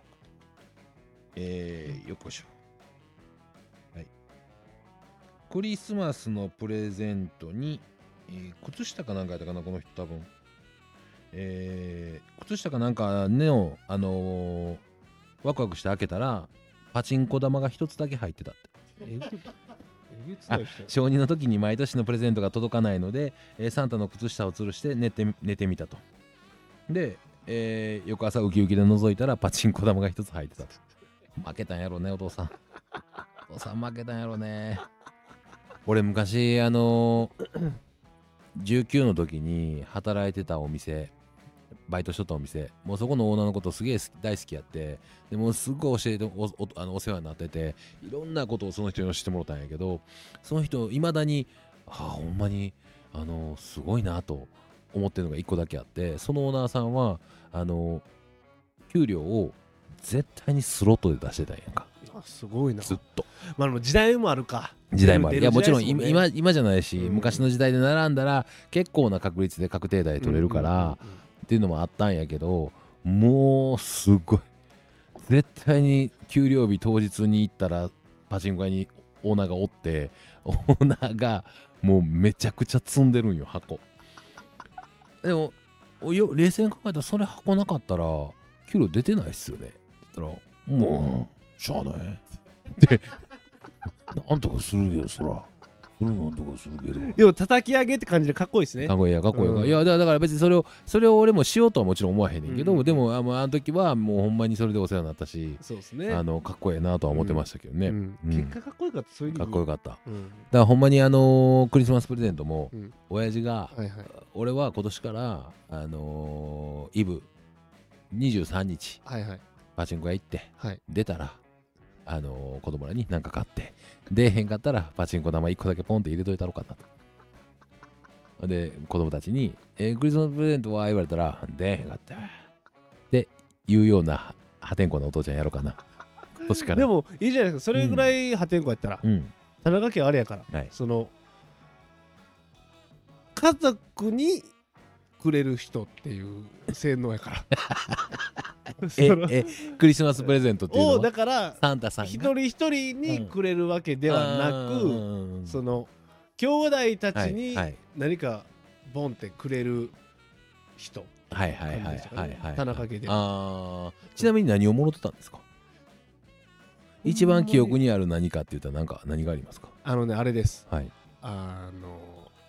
えー、よっこいしょ。はい。クリスマスのプレゼントに、えー、靴下かなんかやったかなこの人多分。えー、靴下かなんかのあのー、ワクワクして開けたらパチンコ玉が一つだけ入ってたって。えあ小にの時に毎年のプレゼントが届かないので、えー、サンタの靴下を吊るして寝て寝てみたと。で、えー、翌朝ウキウキで覗いたらパチンコ玉が一つ入ってたと。負けたんやろねお父さんお父さん負けたんやろね。俺昔あのー、じゅうきゅうの時に働いてたお店、バイトしとったお店、もうそこのオーナーのことすげえ大好きやって、でもすっごい教えて お, お, あのお世話になってて、いろんなことをその人に教えてもらったんやけど、その人いまだにはあほんまにあのすごいなと思ってるのが一個だけあって、そのオーナーさんはあの給料を絶対にスロットで出してたんやんか。 あすごいな。 ずっとまあ時代もあるか。 時代もある。いやもちろん今今じゃないし、うん、昔の時代で並んだら結構な確率で確定台取れるから、うんうんうんうん、っていうのもあったんやけど、もうすごい絶対に給料日当日に行ったらパチンコ屋にオーナーがおって、オーナーがもうめちゃくちゃ積んでるんよ箱。でもよ冷静に考えたらそれ箱なかったら給料出てないっすよねって言ったら、もうしゃあないでなんとかするけどそらそれなんとかするけど、 でも叩き上げって感じでかっこいいですね。 かっこいいやかっこいい、うん、いやだから別にそれをそれを俺もしようとはもちろん思わへんねんけど、うん、でも あ, もうあの時はもうほんまにそれでお世話になったし、 そうですね、 あのかっこいいなとは思ってましたけどね、 うんうん、結果かっこよかった。そういうかっこよかった、うん、だからほんまにあのー、クリスマスプレゼントも、うん、親父が、はいはい、俺は今年からあのー、イブにじゅうさんにち、はいはい、パチンコ屋行って、はい、出たらあのー、子供らに何か買って出えへんかったらパチンコ玉いっこだけポンって入れといたろうかなと。で子供たちに、えー、クリスマスプレゼントは言われたら出えへんかったっていうような破天荒なお父ちゃんやろうかな今年から。 でもいいじゃないですか、それぐらい破天荒やったら、 うん、 田中家はあれやから、はい、その家族にくれる人っていう性能やからええクリスマスプレゼントっていうのはだからサンタさんが一人一人にくれるわけではなく、うん、その兄弟たちに何かボンってくれる人、 はいはいはいはいはい、 田中家で。 あちなみに何をもろってたんですか？一番記憶にある何かって言ったら何か何がありますか？ あのねあれです、 はい、 あの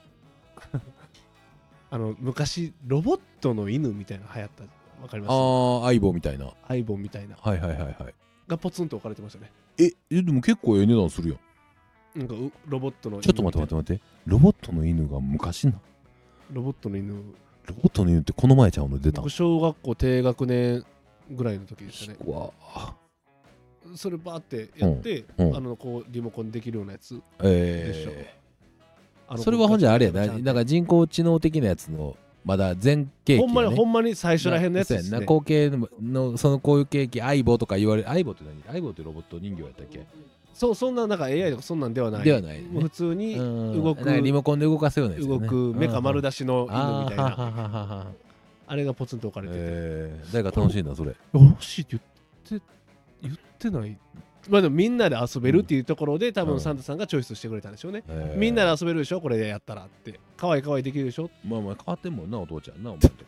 あの昔ロボットの犬みたいなの流行った、わかります？ ああ相棒みたいな、 相棒みたいな、 はいはいはいはい、 がポツンと置かれてましたね。 ええでも結構ええ値段するよ。 なんかロボットの犬、 ちょっと待って待って待って、ロボットの犬が昔な、 ロボットの犬、 ロボットの犬ってこの前ちゃうの出たの？ 小学校低学年ぐらいの時でしたね。 うわそれバーってやって、 うんうん、 あのこうリモコンできるようなやつでしょ、 えー、それはほんじゃあれやな、なんか人工知能的なやつのまだ前景気、ね、 ほんまにほんまに最初らへんのやつですね。 後継のそのこういう景気相棒とか言われる、相棒って何？相棒ってロボット人形やったっけ？ そう、そんななんか エーアイ とかそんなんではない。 ではない、ね、 普通に動く、 リモコンで動かすようなやつ、ね、 動くメカ丸出しの犬みたいな、あれがポツンと置かれてて、 えー、誰が楽しいんだそれ。 楽しいって言って言ってない。まあでもみんなで遊べるっていうところで、うん、多分サンタさんがチョイスしてくれたんでしょうね、えー、みんなで遊べるでしょこれでやったらって、かわいいかわいいできるでしょ。 まあまあ変わってんもんなお父ちゃんなお前と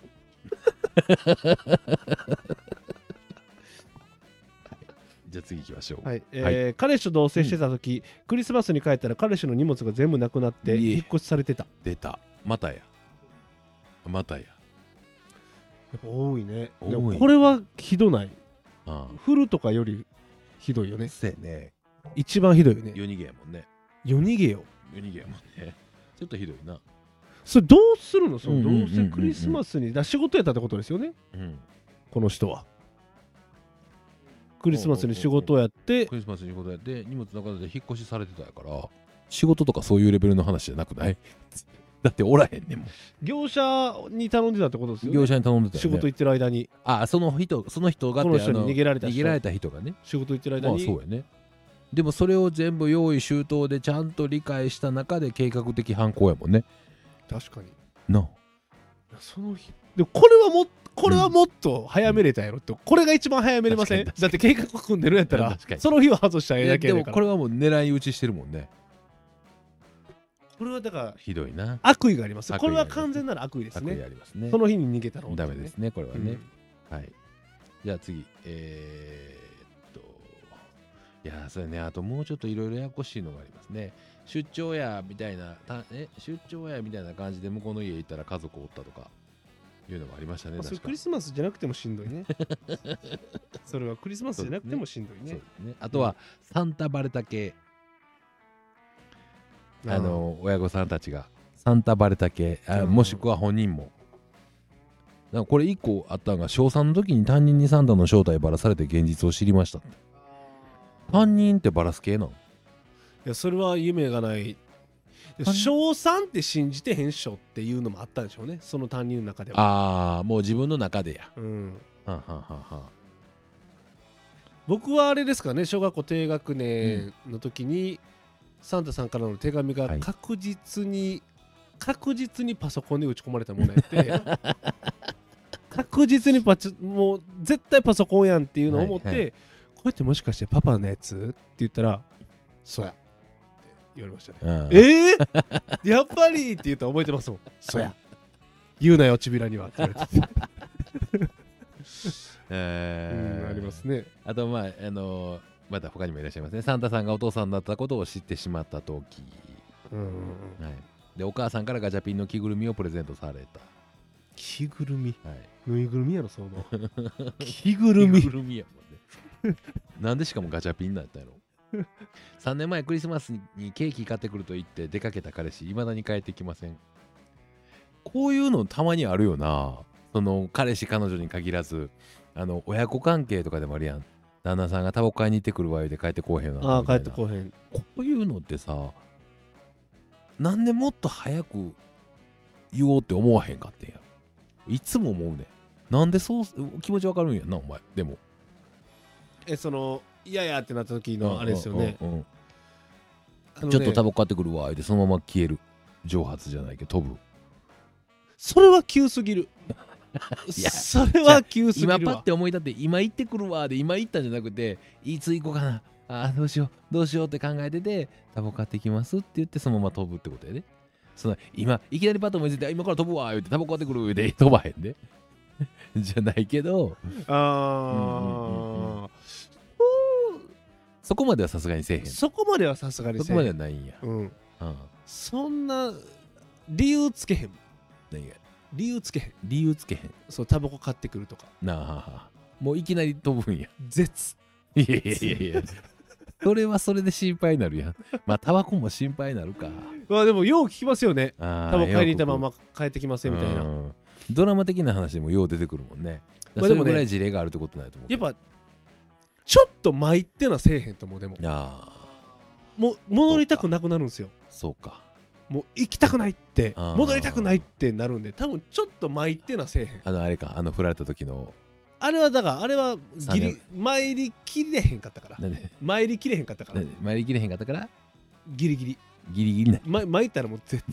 じゃあ次行きましょう。 はい、えーはい、彼氏と同棲してた時、うん、クリスマスに帰ったら彼氏の荷物が全部なくなって引っ越しされてた。 出た、またやまたや、 やっぱ多いね。でもこれはひどない。ああ、フルとかよりひどいよね。 せやね、 一番ひどいよね。 夜逃げやもんね。 夜逃げよ。 夜逃げやもんね。ちょっとひどいな。 それどうするの？そのどうせクリスマスにだ仕事やったってことですよね、うん、この人はクリスマスに仕事をやってクリスマスに仕事やって荷物なくなって引っ越しされてたやから、仕事とかそういうレベルの話じゃなくない？だっておらへんねんもん。 業者に頼んでたってことですよね。 業者に頼んでたよね、 仕事行ってる間に。 ああ、その人その人がこの人に逃げられた人、 逃げられた人がね、 仕事行ってる間に、 まあそうやね。でもそれを全部用意周到でちゃんと理解した中で計画的犯行やもんね。 確かにな。 その日でもこれはもこれはもっと早めれたやろって、うん、これが一番早めれません？だって計画組んでるやったらその日は外したらええだけやから。でもこれはもう狙い撃ちしてるもんね。 これはだからひどいな、 悪意があります。これは完全なる悪意ですね。 悪意ありますね。 その日に逃げたら、ね、 ダメですねこれはね、うん、はい。じゃあ次、えー、っといやそれね、あともうちょっといろいろややこしいのがありますね。出張やみたいなたえ出張やみたいな感じで向こうの家行ったら家族おったとかいうのもありましたね。 それクリスマスじゃなくてもしんどいねそれはクリスマスじゃなくてもしんどい ね, ね, ねあとは、うん、サンタバレタ系、あの親御さんたちがサンタバレタ系、あもしくは本人もなんかこれいっこあったのが、小さんの時に担任にサンタの正体ばらされて現実を知りましたって。担任ってバラす系なの？ いやそれは夢がない。小さんって信じてへんしょっていうのもあったんでしょうね、その担任の中では。 ああもう自分の中でや、うん、はんはんはんはん。 僕はあれですかね、小学校低学年の時に、うん、サンタさんからの手紙が確実に、はい、確実にパソコンに打ち込まれたものやって確実にパチもう絶対パソコンやんっていうのを思って、はいはい、こうやってもしかしてパパのやつって言ったらそうや言われましたね。えー、やっぱりって言ったら覚えてますもん。そうや言うなよちびらにはって言われてえー、うん、ありますね。 あとまああのー、また他にもいらっしゃいますね。サンタさんがお父さんだったことを知ってしまった時、うん、はい、でお母さんからガチャピンの着ぐるみをプレゼントされた。 着ぐるみ、 はい、 ぬいぐるみやろその着ぐるみ着ぐるみやもんねなんでしかもガチャピンだったやろさんねんまえクリスマスにケーキ買ってくると言って出かけた彼氏、いまだに帰ってきません。こういうのたまにあるよな。その彼氏彼女に限らず、あの親子関係とかでもあるやん。旦那さんがタバコ買いに行ってくるわよで帰ってこうへんな。 ああ帰ってこうへん。 こういうのってさ、なんでもっと早く言おうって思わへんかってんや。いつも思うね。なんでそう気持ちわかるんやなお前。でもえそのいやいやってなった時のあれですよね、 うんうんうん、あのねちょっとタバコ買ってくるわってそのまま消える、蒸発じゃないけど飛ぶ。 それは急すぎるいやそれは急すぎるわ。 今パッて思い立って今行ってくるわで今行ったんじゃなくていつ行こうかな、あどうしようどうしようって考えててタバコ買ってきますって言ってそのまま飛ぶってことやね。その今いきなりパッと思いついて今から飛ぶわ言ってタバコ買ってくるで飛ばへんでじゃないけど、ああ、うんうん、そこまではさすがにせえへん。 そこまではさすがにせえへん。 そこまではないんや、 うんうん、そんな理由つけへん。 何が理由つけへん。 理由つけへん。 そうタバコ買ってくるとかなあもういきなり飛ぶんや。 絶いやいやいやいやそれはそれで心配になるやん。まあタバコも心配になるか。 まあでもよう聞きますよね。タバコ買いに行ったまま帰ってきませんみたいな。 ドラマ的な話でもよう出てくるもんね。まあでもね、それぐらい事例があるってことないと思う。 やっぱちょっと参ってなせえへんと思う。でももう戻りたくなくなるんですよ。 そうか。 もう行きたくないって戻りたくないってなるんで多分ちょっと参ってなせえへん。 あのあれかあの振られた時のあれはだからあれはギリ参りきれへんかったから参りきれへんかったから参りきれへんかったからギリギリギリギリなま参ったらもう絶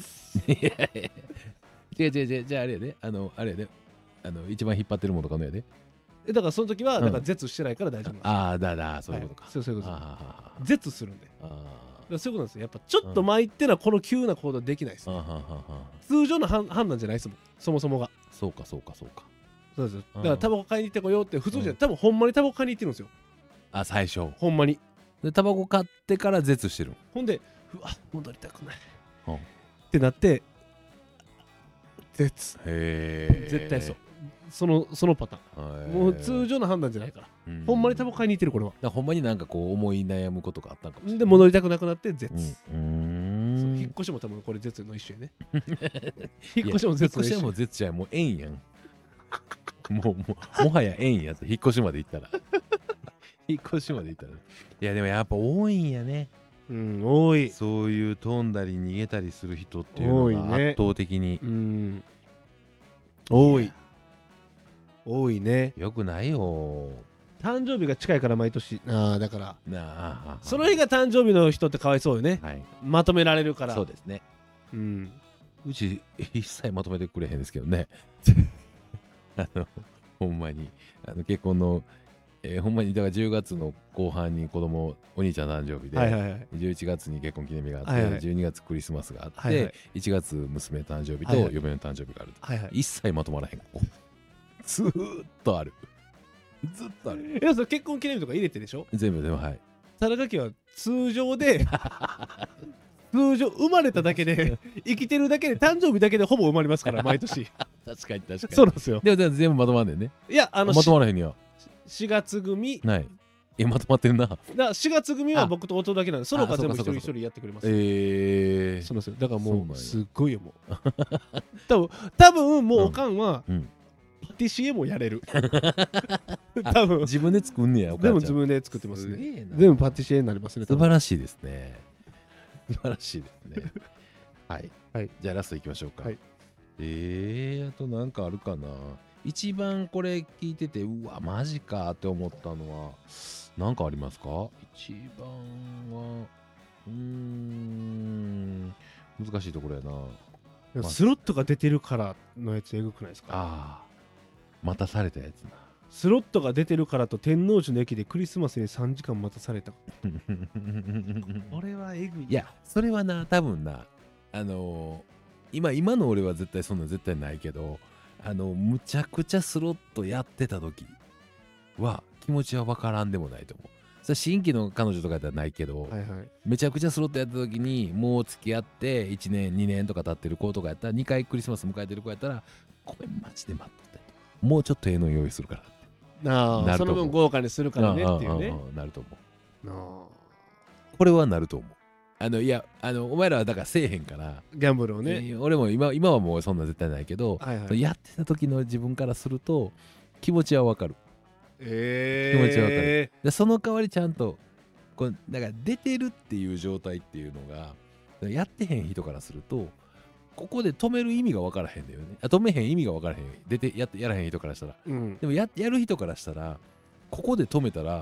違う違う違うじゃああれやであのあれやであの一番引っ張ってるものとかのやでだからその時はだから絶してないから大丈夫なんです。 ああだだそういうことか。 そういうこと絶するんで。そういうことなんですよ。やっぱちょっと参ってのはこの急な行動できないです、ね、通常の判断じゃないですもんそもそもが。 そうかそうかそうか。 そうです。だからタバコ買いに行ってこようって普通じゃ多分ほんまにタバコ買いに行ってるんですよ。 あ最初ほんまにでタバコ買ってから絶してる。 ほんでうわ戻りたくないってなって絶。へえ絶対そうそのそのパターン。もう通常の判断じゃないから、うん、ほんまにタバコ買いに行ってるこれは。 だほんまになんかこう思い悩むことがあったんかもしれない。 で戻りたくなくなって絶、 うん、 引っ越しも多分これ絶の一種やね引っ越しも絶の一種。引っ越しも絶じゃもう縁やんもうもうもはや縁やって引っ越しまで行ったら引っ越しまで行ったらいやでもやっぱ多いんやね。 うん多い。 そういう飛んだり逃げたりする人っていうのが圧倒的に、ね、うん多い多いね。 よくないよ。 誕生日が近いから毎年。ああだからなその日が誕生日の人ってかわいそうよね、はい、まとめられるから。 そうですね。 うんうち一切まとめてくれへんですけどねあのほんまにあの結婚の、えー、ほんまにだからじゅうがつの後半に子供お兄ちゃん誕生日で、はいはいはい、じゅういちがつに結婚記念日があって、はいはい、じゅうにがつクリスマスがあって、はいはい、いちがつ娘誕生日と嫁の誕生日がある、はいはい、一切まとまらへん。ここずーっとあるずっとある。 いやそれ結婚記念日とか入れてでしょ全部でも。はい。 田中家は通常で通常生まれただけで生きてるだけで誕生日だけでほぼ生まれますから毎年確かに確かにそうなんですよ。 でも全部まとまんねんね。 いやあのまとまらへんにはしがつ組ない。えまとまってるな。だからしがつ組は僕と弟だけなんでその他全部一人一人やってくれます。ええー、そうなんですよ。だからもうすっごいよもう多分多分もうおかんは、うんうんパティシエもやれる多分自分で作んねや。 でも自分で作ってますね。全部パティシエになりますね。 素晴らしいですね。素晴らしいですねはい、はい、じゃあラストいきましょうか、はい、えーあとなんかあるかな。一番これ聞いててうわマジかって思ったのはなんかありますか。一番はうーん難しいところやな。 スロットが出てるからのやつえぐくないですか。 ああ待たされたやつな。 スロットが出てるからと天王寺の駅でクリスマスにさんじかん待たされたこれはえぐい。 いやそれはな多分なあのー、今今の俺は絶対そんな絶対ないけどあのむちゃくちゃスロットやってた時は気持ちは分からんでもないと思う。それ新規の彼女とかやったらないけど、はいはい、めちゃくちゃスロットやった時にもう付き合っていちねんにねんとか経ってる子とかやったらにかいクリスマス迎えてる子やったらごめんマジで待っててもうちょっとええの用意するからってあなると思う。その分豪華にするからねっていうね。 なると思う。これはなると思う。あのいやあのお前らはだからせえへんからギャンブルをね、 えー、俺も 今, 今はもうそんな絶対ないけど、はいはい、やってた時の自分からすると気持ちはわかる、えー、気持ちはわかる。でその代わりちゃんとこうだから出てるっていう状態っていうのがやってへん人からするとここで止める意味が分からへんだよね。あ止めへん意味が分からへん出て や, やらへん人からしたら、うん、でも や, やる人からしたらここで止めたら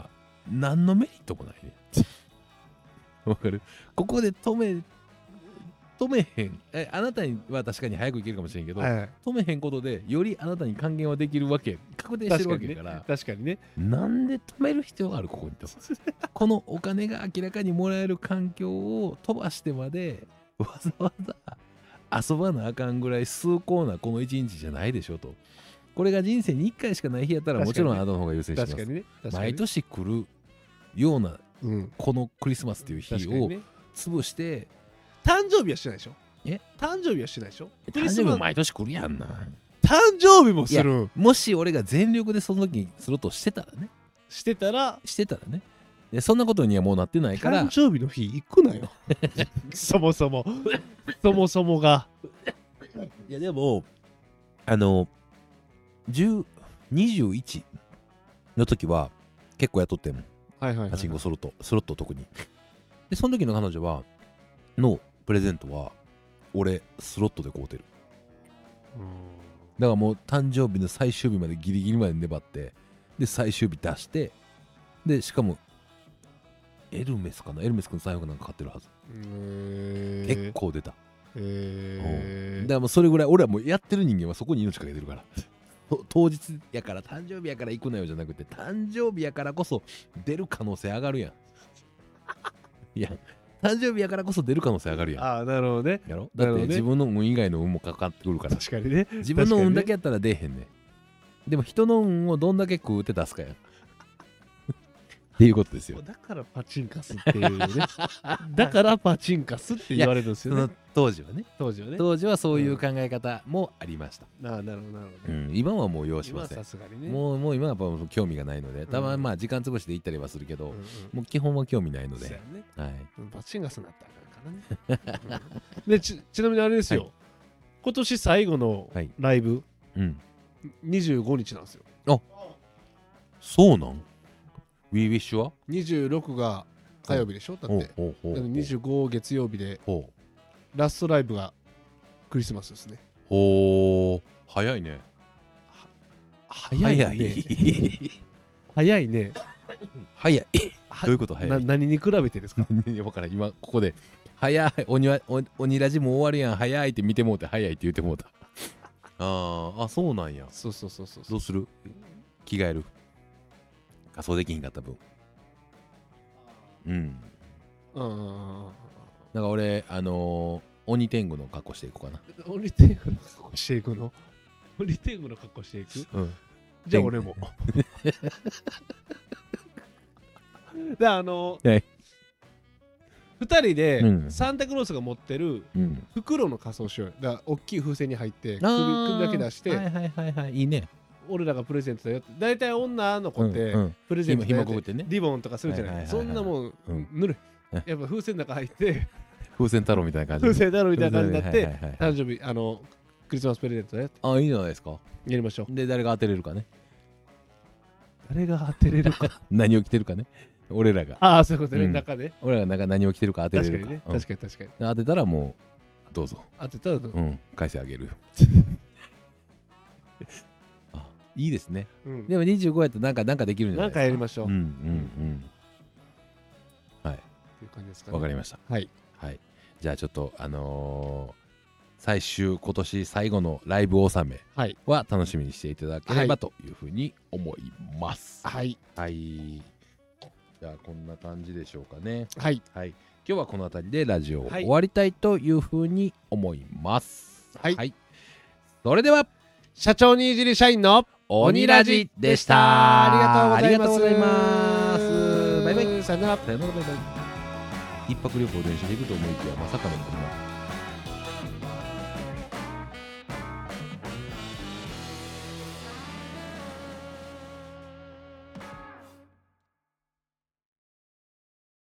何のメリットもないね。わかる？ここで止め止めへんえあなたには確かに早く行けるかもしれんけど、はい、止めへんことでよりあなたに還元はできるわけ確定してるわけだから確かにね、 なんで止める必要があるここにとこのお金が明らかにもらえる環境を飛ばしてまでわざわざ遊ばなあかんぐらい崇高なこの一日じゃないでしょと。これが人生にいっかいしかない日やったらもちろんあなたの方が優先します。 確かにね、確かにね、 毎年来るような、うん、このクリスマスっていう日を潰して、ね、 誕生日はしないでしょ。 え誕生日はしないでしょ。 クリスマス毎年来るやんな。 誕生日もする。 もし俺が全力でその時にするとしてたらねしてたらしてたらねでそんなことにはもうなってないから誕生日の日行くなよそもそもそもそもがいやでもあのにじゅういちの時は結構雇ってんもん、 はいはいはい、 パチンコスロットスロット特にでその時の彼女はのプレゼントは俺スロットで買うてる。うんだからもう誕生日の最終日までギリギリまで粘ってで最終日出してでしかもエルメスかなエルメスくん財布なんか買ってるはず。へー結構出た。へーだからもうそれぐらい俺はもうやってる人間はそこに命かけてるから当日やから誕生日やから行くなよじゃなくて誕生日やからこそ出る可能性上がるやんいや誕生日やからこそ出る可能性上がるやん。 ああなるほどね。 やろだって自分の運以外の運もかかってくるから。 確かにね。 自分の運だけやったら出えへんね。でも人の運をどんだけ食うて出すかやんっていうことですよ。 だからパチンカスっていうねだからパチンカスって言われるんですよね。その当時はね当時はね当時はそういう考え方もありました。 うん、ああなるほどなるほど、うん、 今はもう用意しません。 さすがにねもうもう今はやっぱ興味がないので、たまにまあ時間潰しで行ったりはするけど、うんうん、もう基本は興味ないので、ねはい、 パチンカスになったらあかんからねで ち, ちなみにあれですよ、はい、今年最後のライブ、はいうん、にじゅうごにちなんですよ。 あそうなんWe Wish はにじゅうろくが火曜日でしょだってにじゅうご月曜日でラストライブがクリスマスですね。 ほー早いね。 早いね早いね早いどういうこと早いな何に比べてですか分からん今ここで早い鬼は鬼ラジも終わるやん早いって見てもうて早いって言ってもうたああそうなんや。 そうそうそうそうどうする着替える仮装できひんかった分うんうんなんか俺あのー、鬼天狗の格好していこうかな。 鬼天狗の格好していくの鬼天狗の格好していく、うん、じゃあ俺もであのーはい、ふたりで、うん、サンタクロースが持ってる袋の仮装しよう。だから大きい風船に入って首, 首だけ出してはいはいはいはいいいね。 俺らがプレゼントだよって。大体女の子ってプレゼントだよって、うんうんね、リボンとかするじゃない、はいはいはいはい、そんなもん、うん、ぬるいやっぱ風船の中入って風船太郎みたいな感じ風船太郎みたいな感じになって、はいはいはいはい、誕生日あのクリスマスプレゼントだよって。 あいいじゃないですか。 やりましょう。 で誰が当てれるかね。 誰が当てれるか何を着てるかね。俺らがああそういうことね、うん、中で俺らが中何を着てるか当てれるか。 確かにね、うん、確かに確かに当てたらもうどうぞ。 当てたらどうぞ。 うん返してあげるよいいですね、うん、でもにじゅうごやったらなんかなんかできるんじゃないですか。 なんかやりましょう。 うんうんうんはいっていう感じですかね。 わかりました。 はい、 はい、じゃあちょっとあのー、最終今年最後のライブ納めは楽しみにしていただければ、はい、というふうに思いますはいはい。じゃあこんな感じでしょうかね。 はい、 はい、今日はこの辺りでラジオを終わりたいというふうに思いますはい、はい、 それでは社長にいじり社員の鬼ラジでした。 ありがとうございます。 バイバイ。 さよなら。 さよならバイバイ。一泊旅行電車で行くと思いきやまさかの車。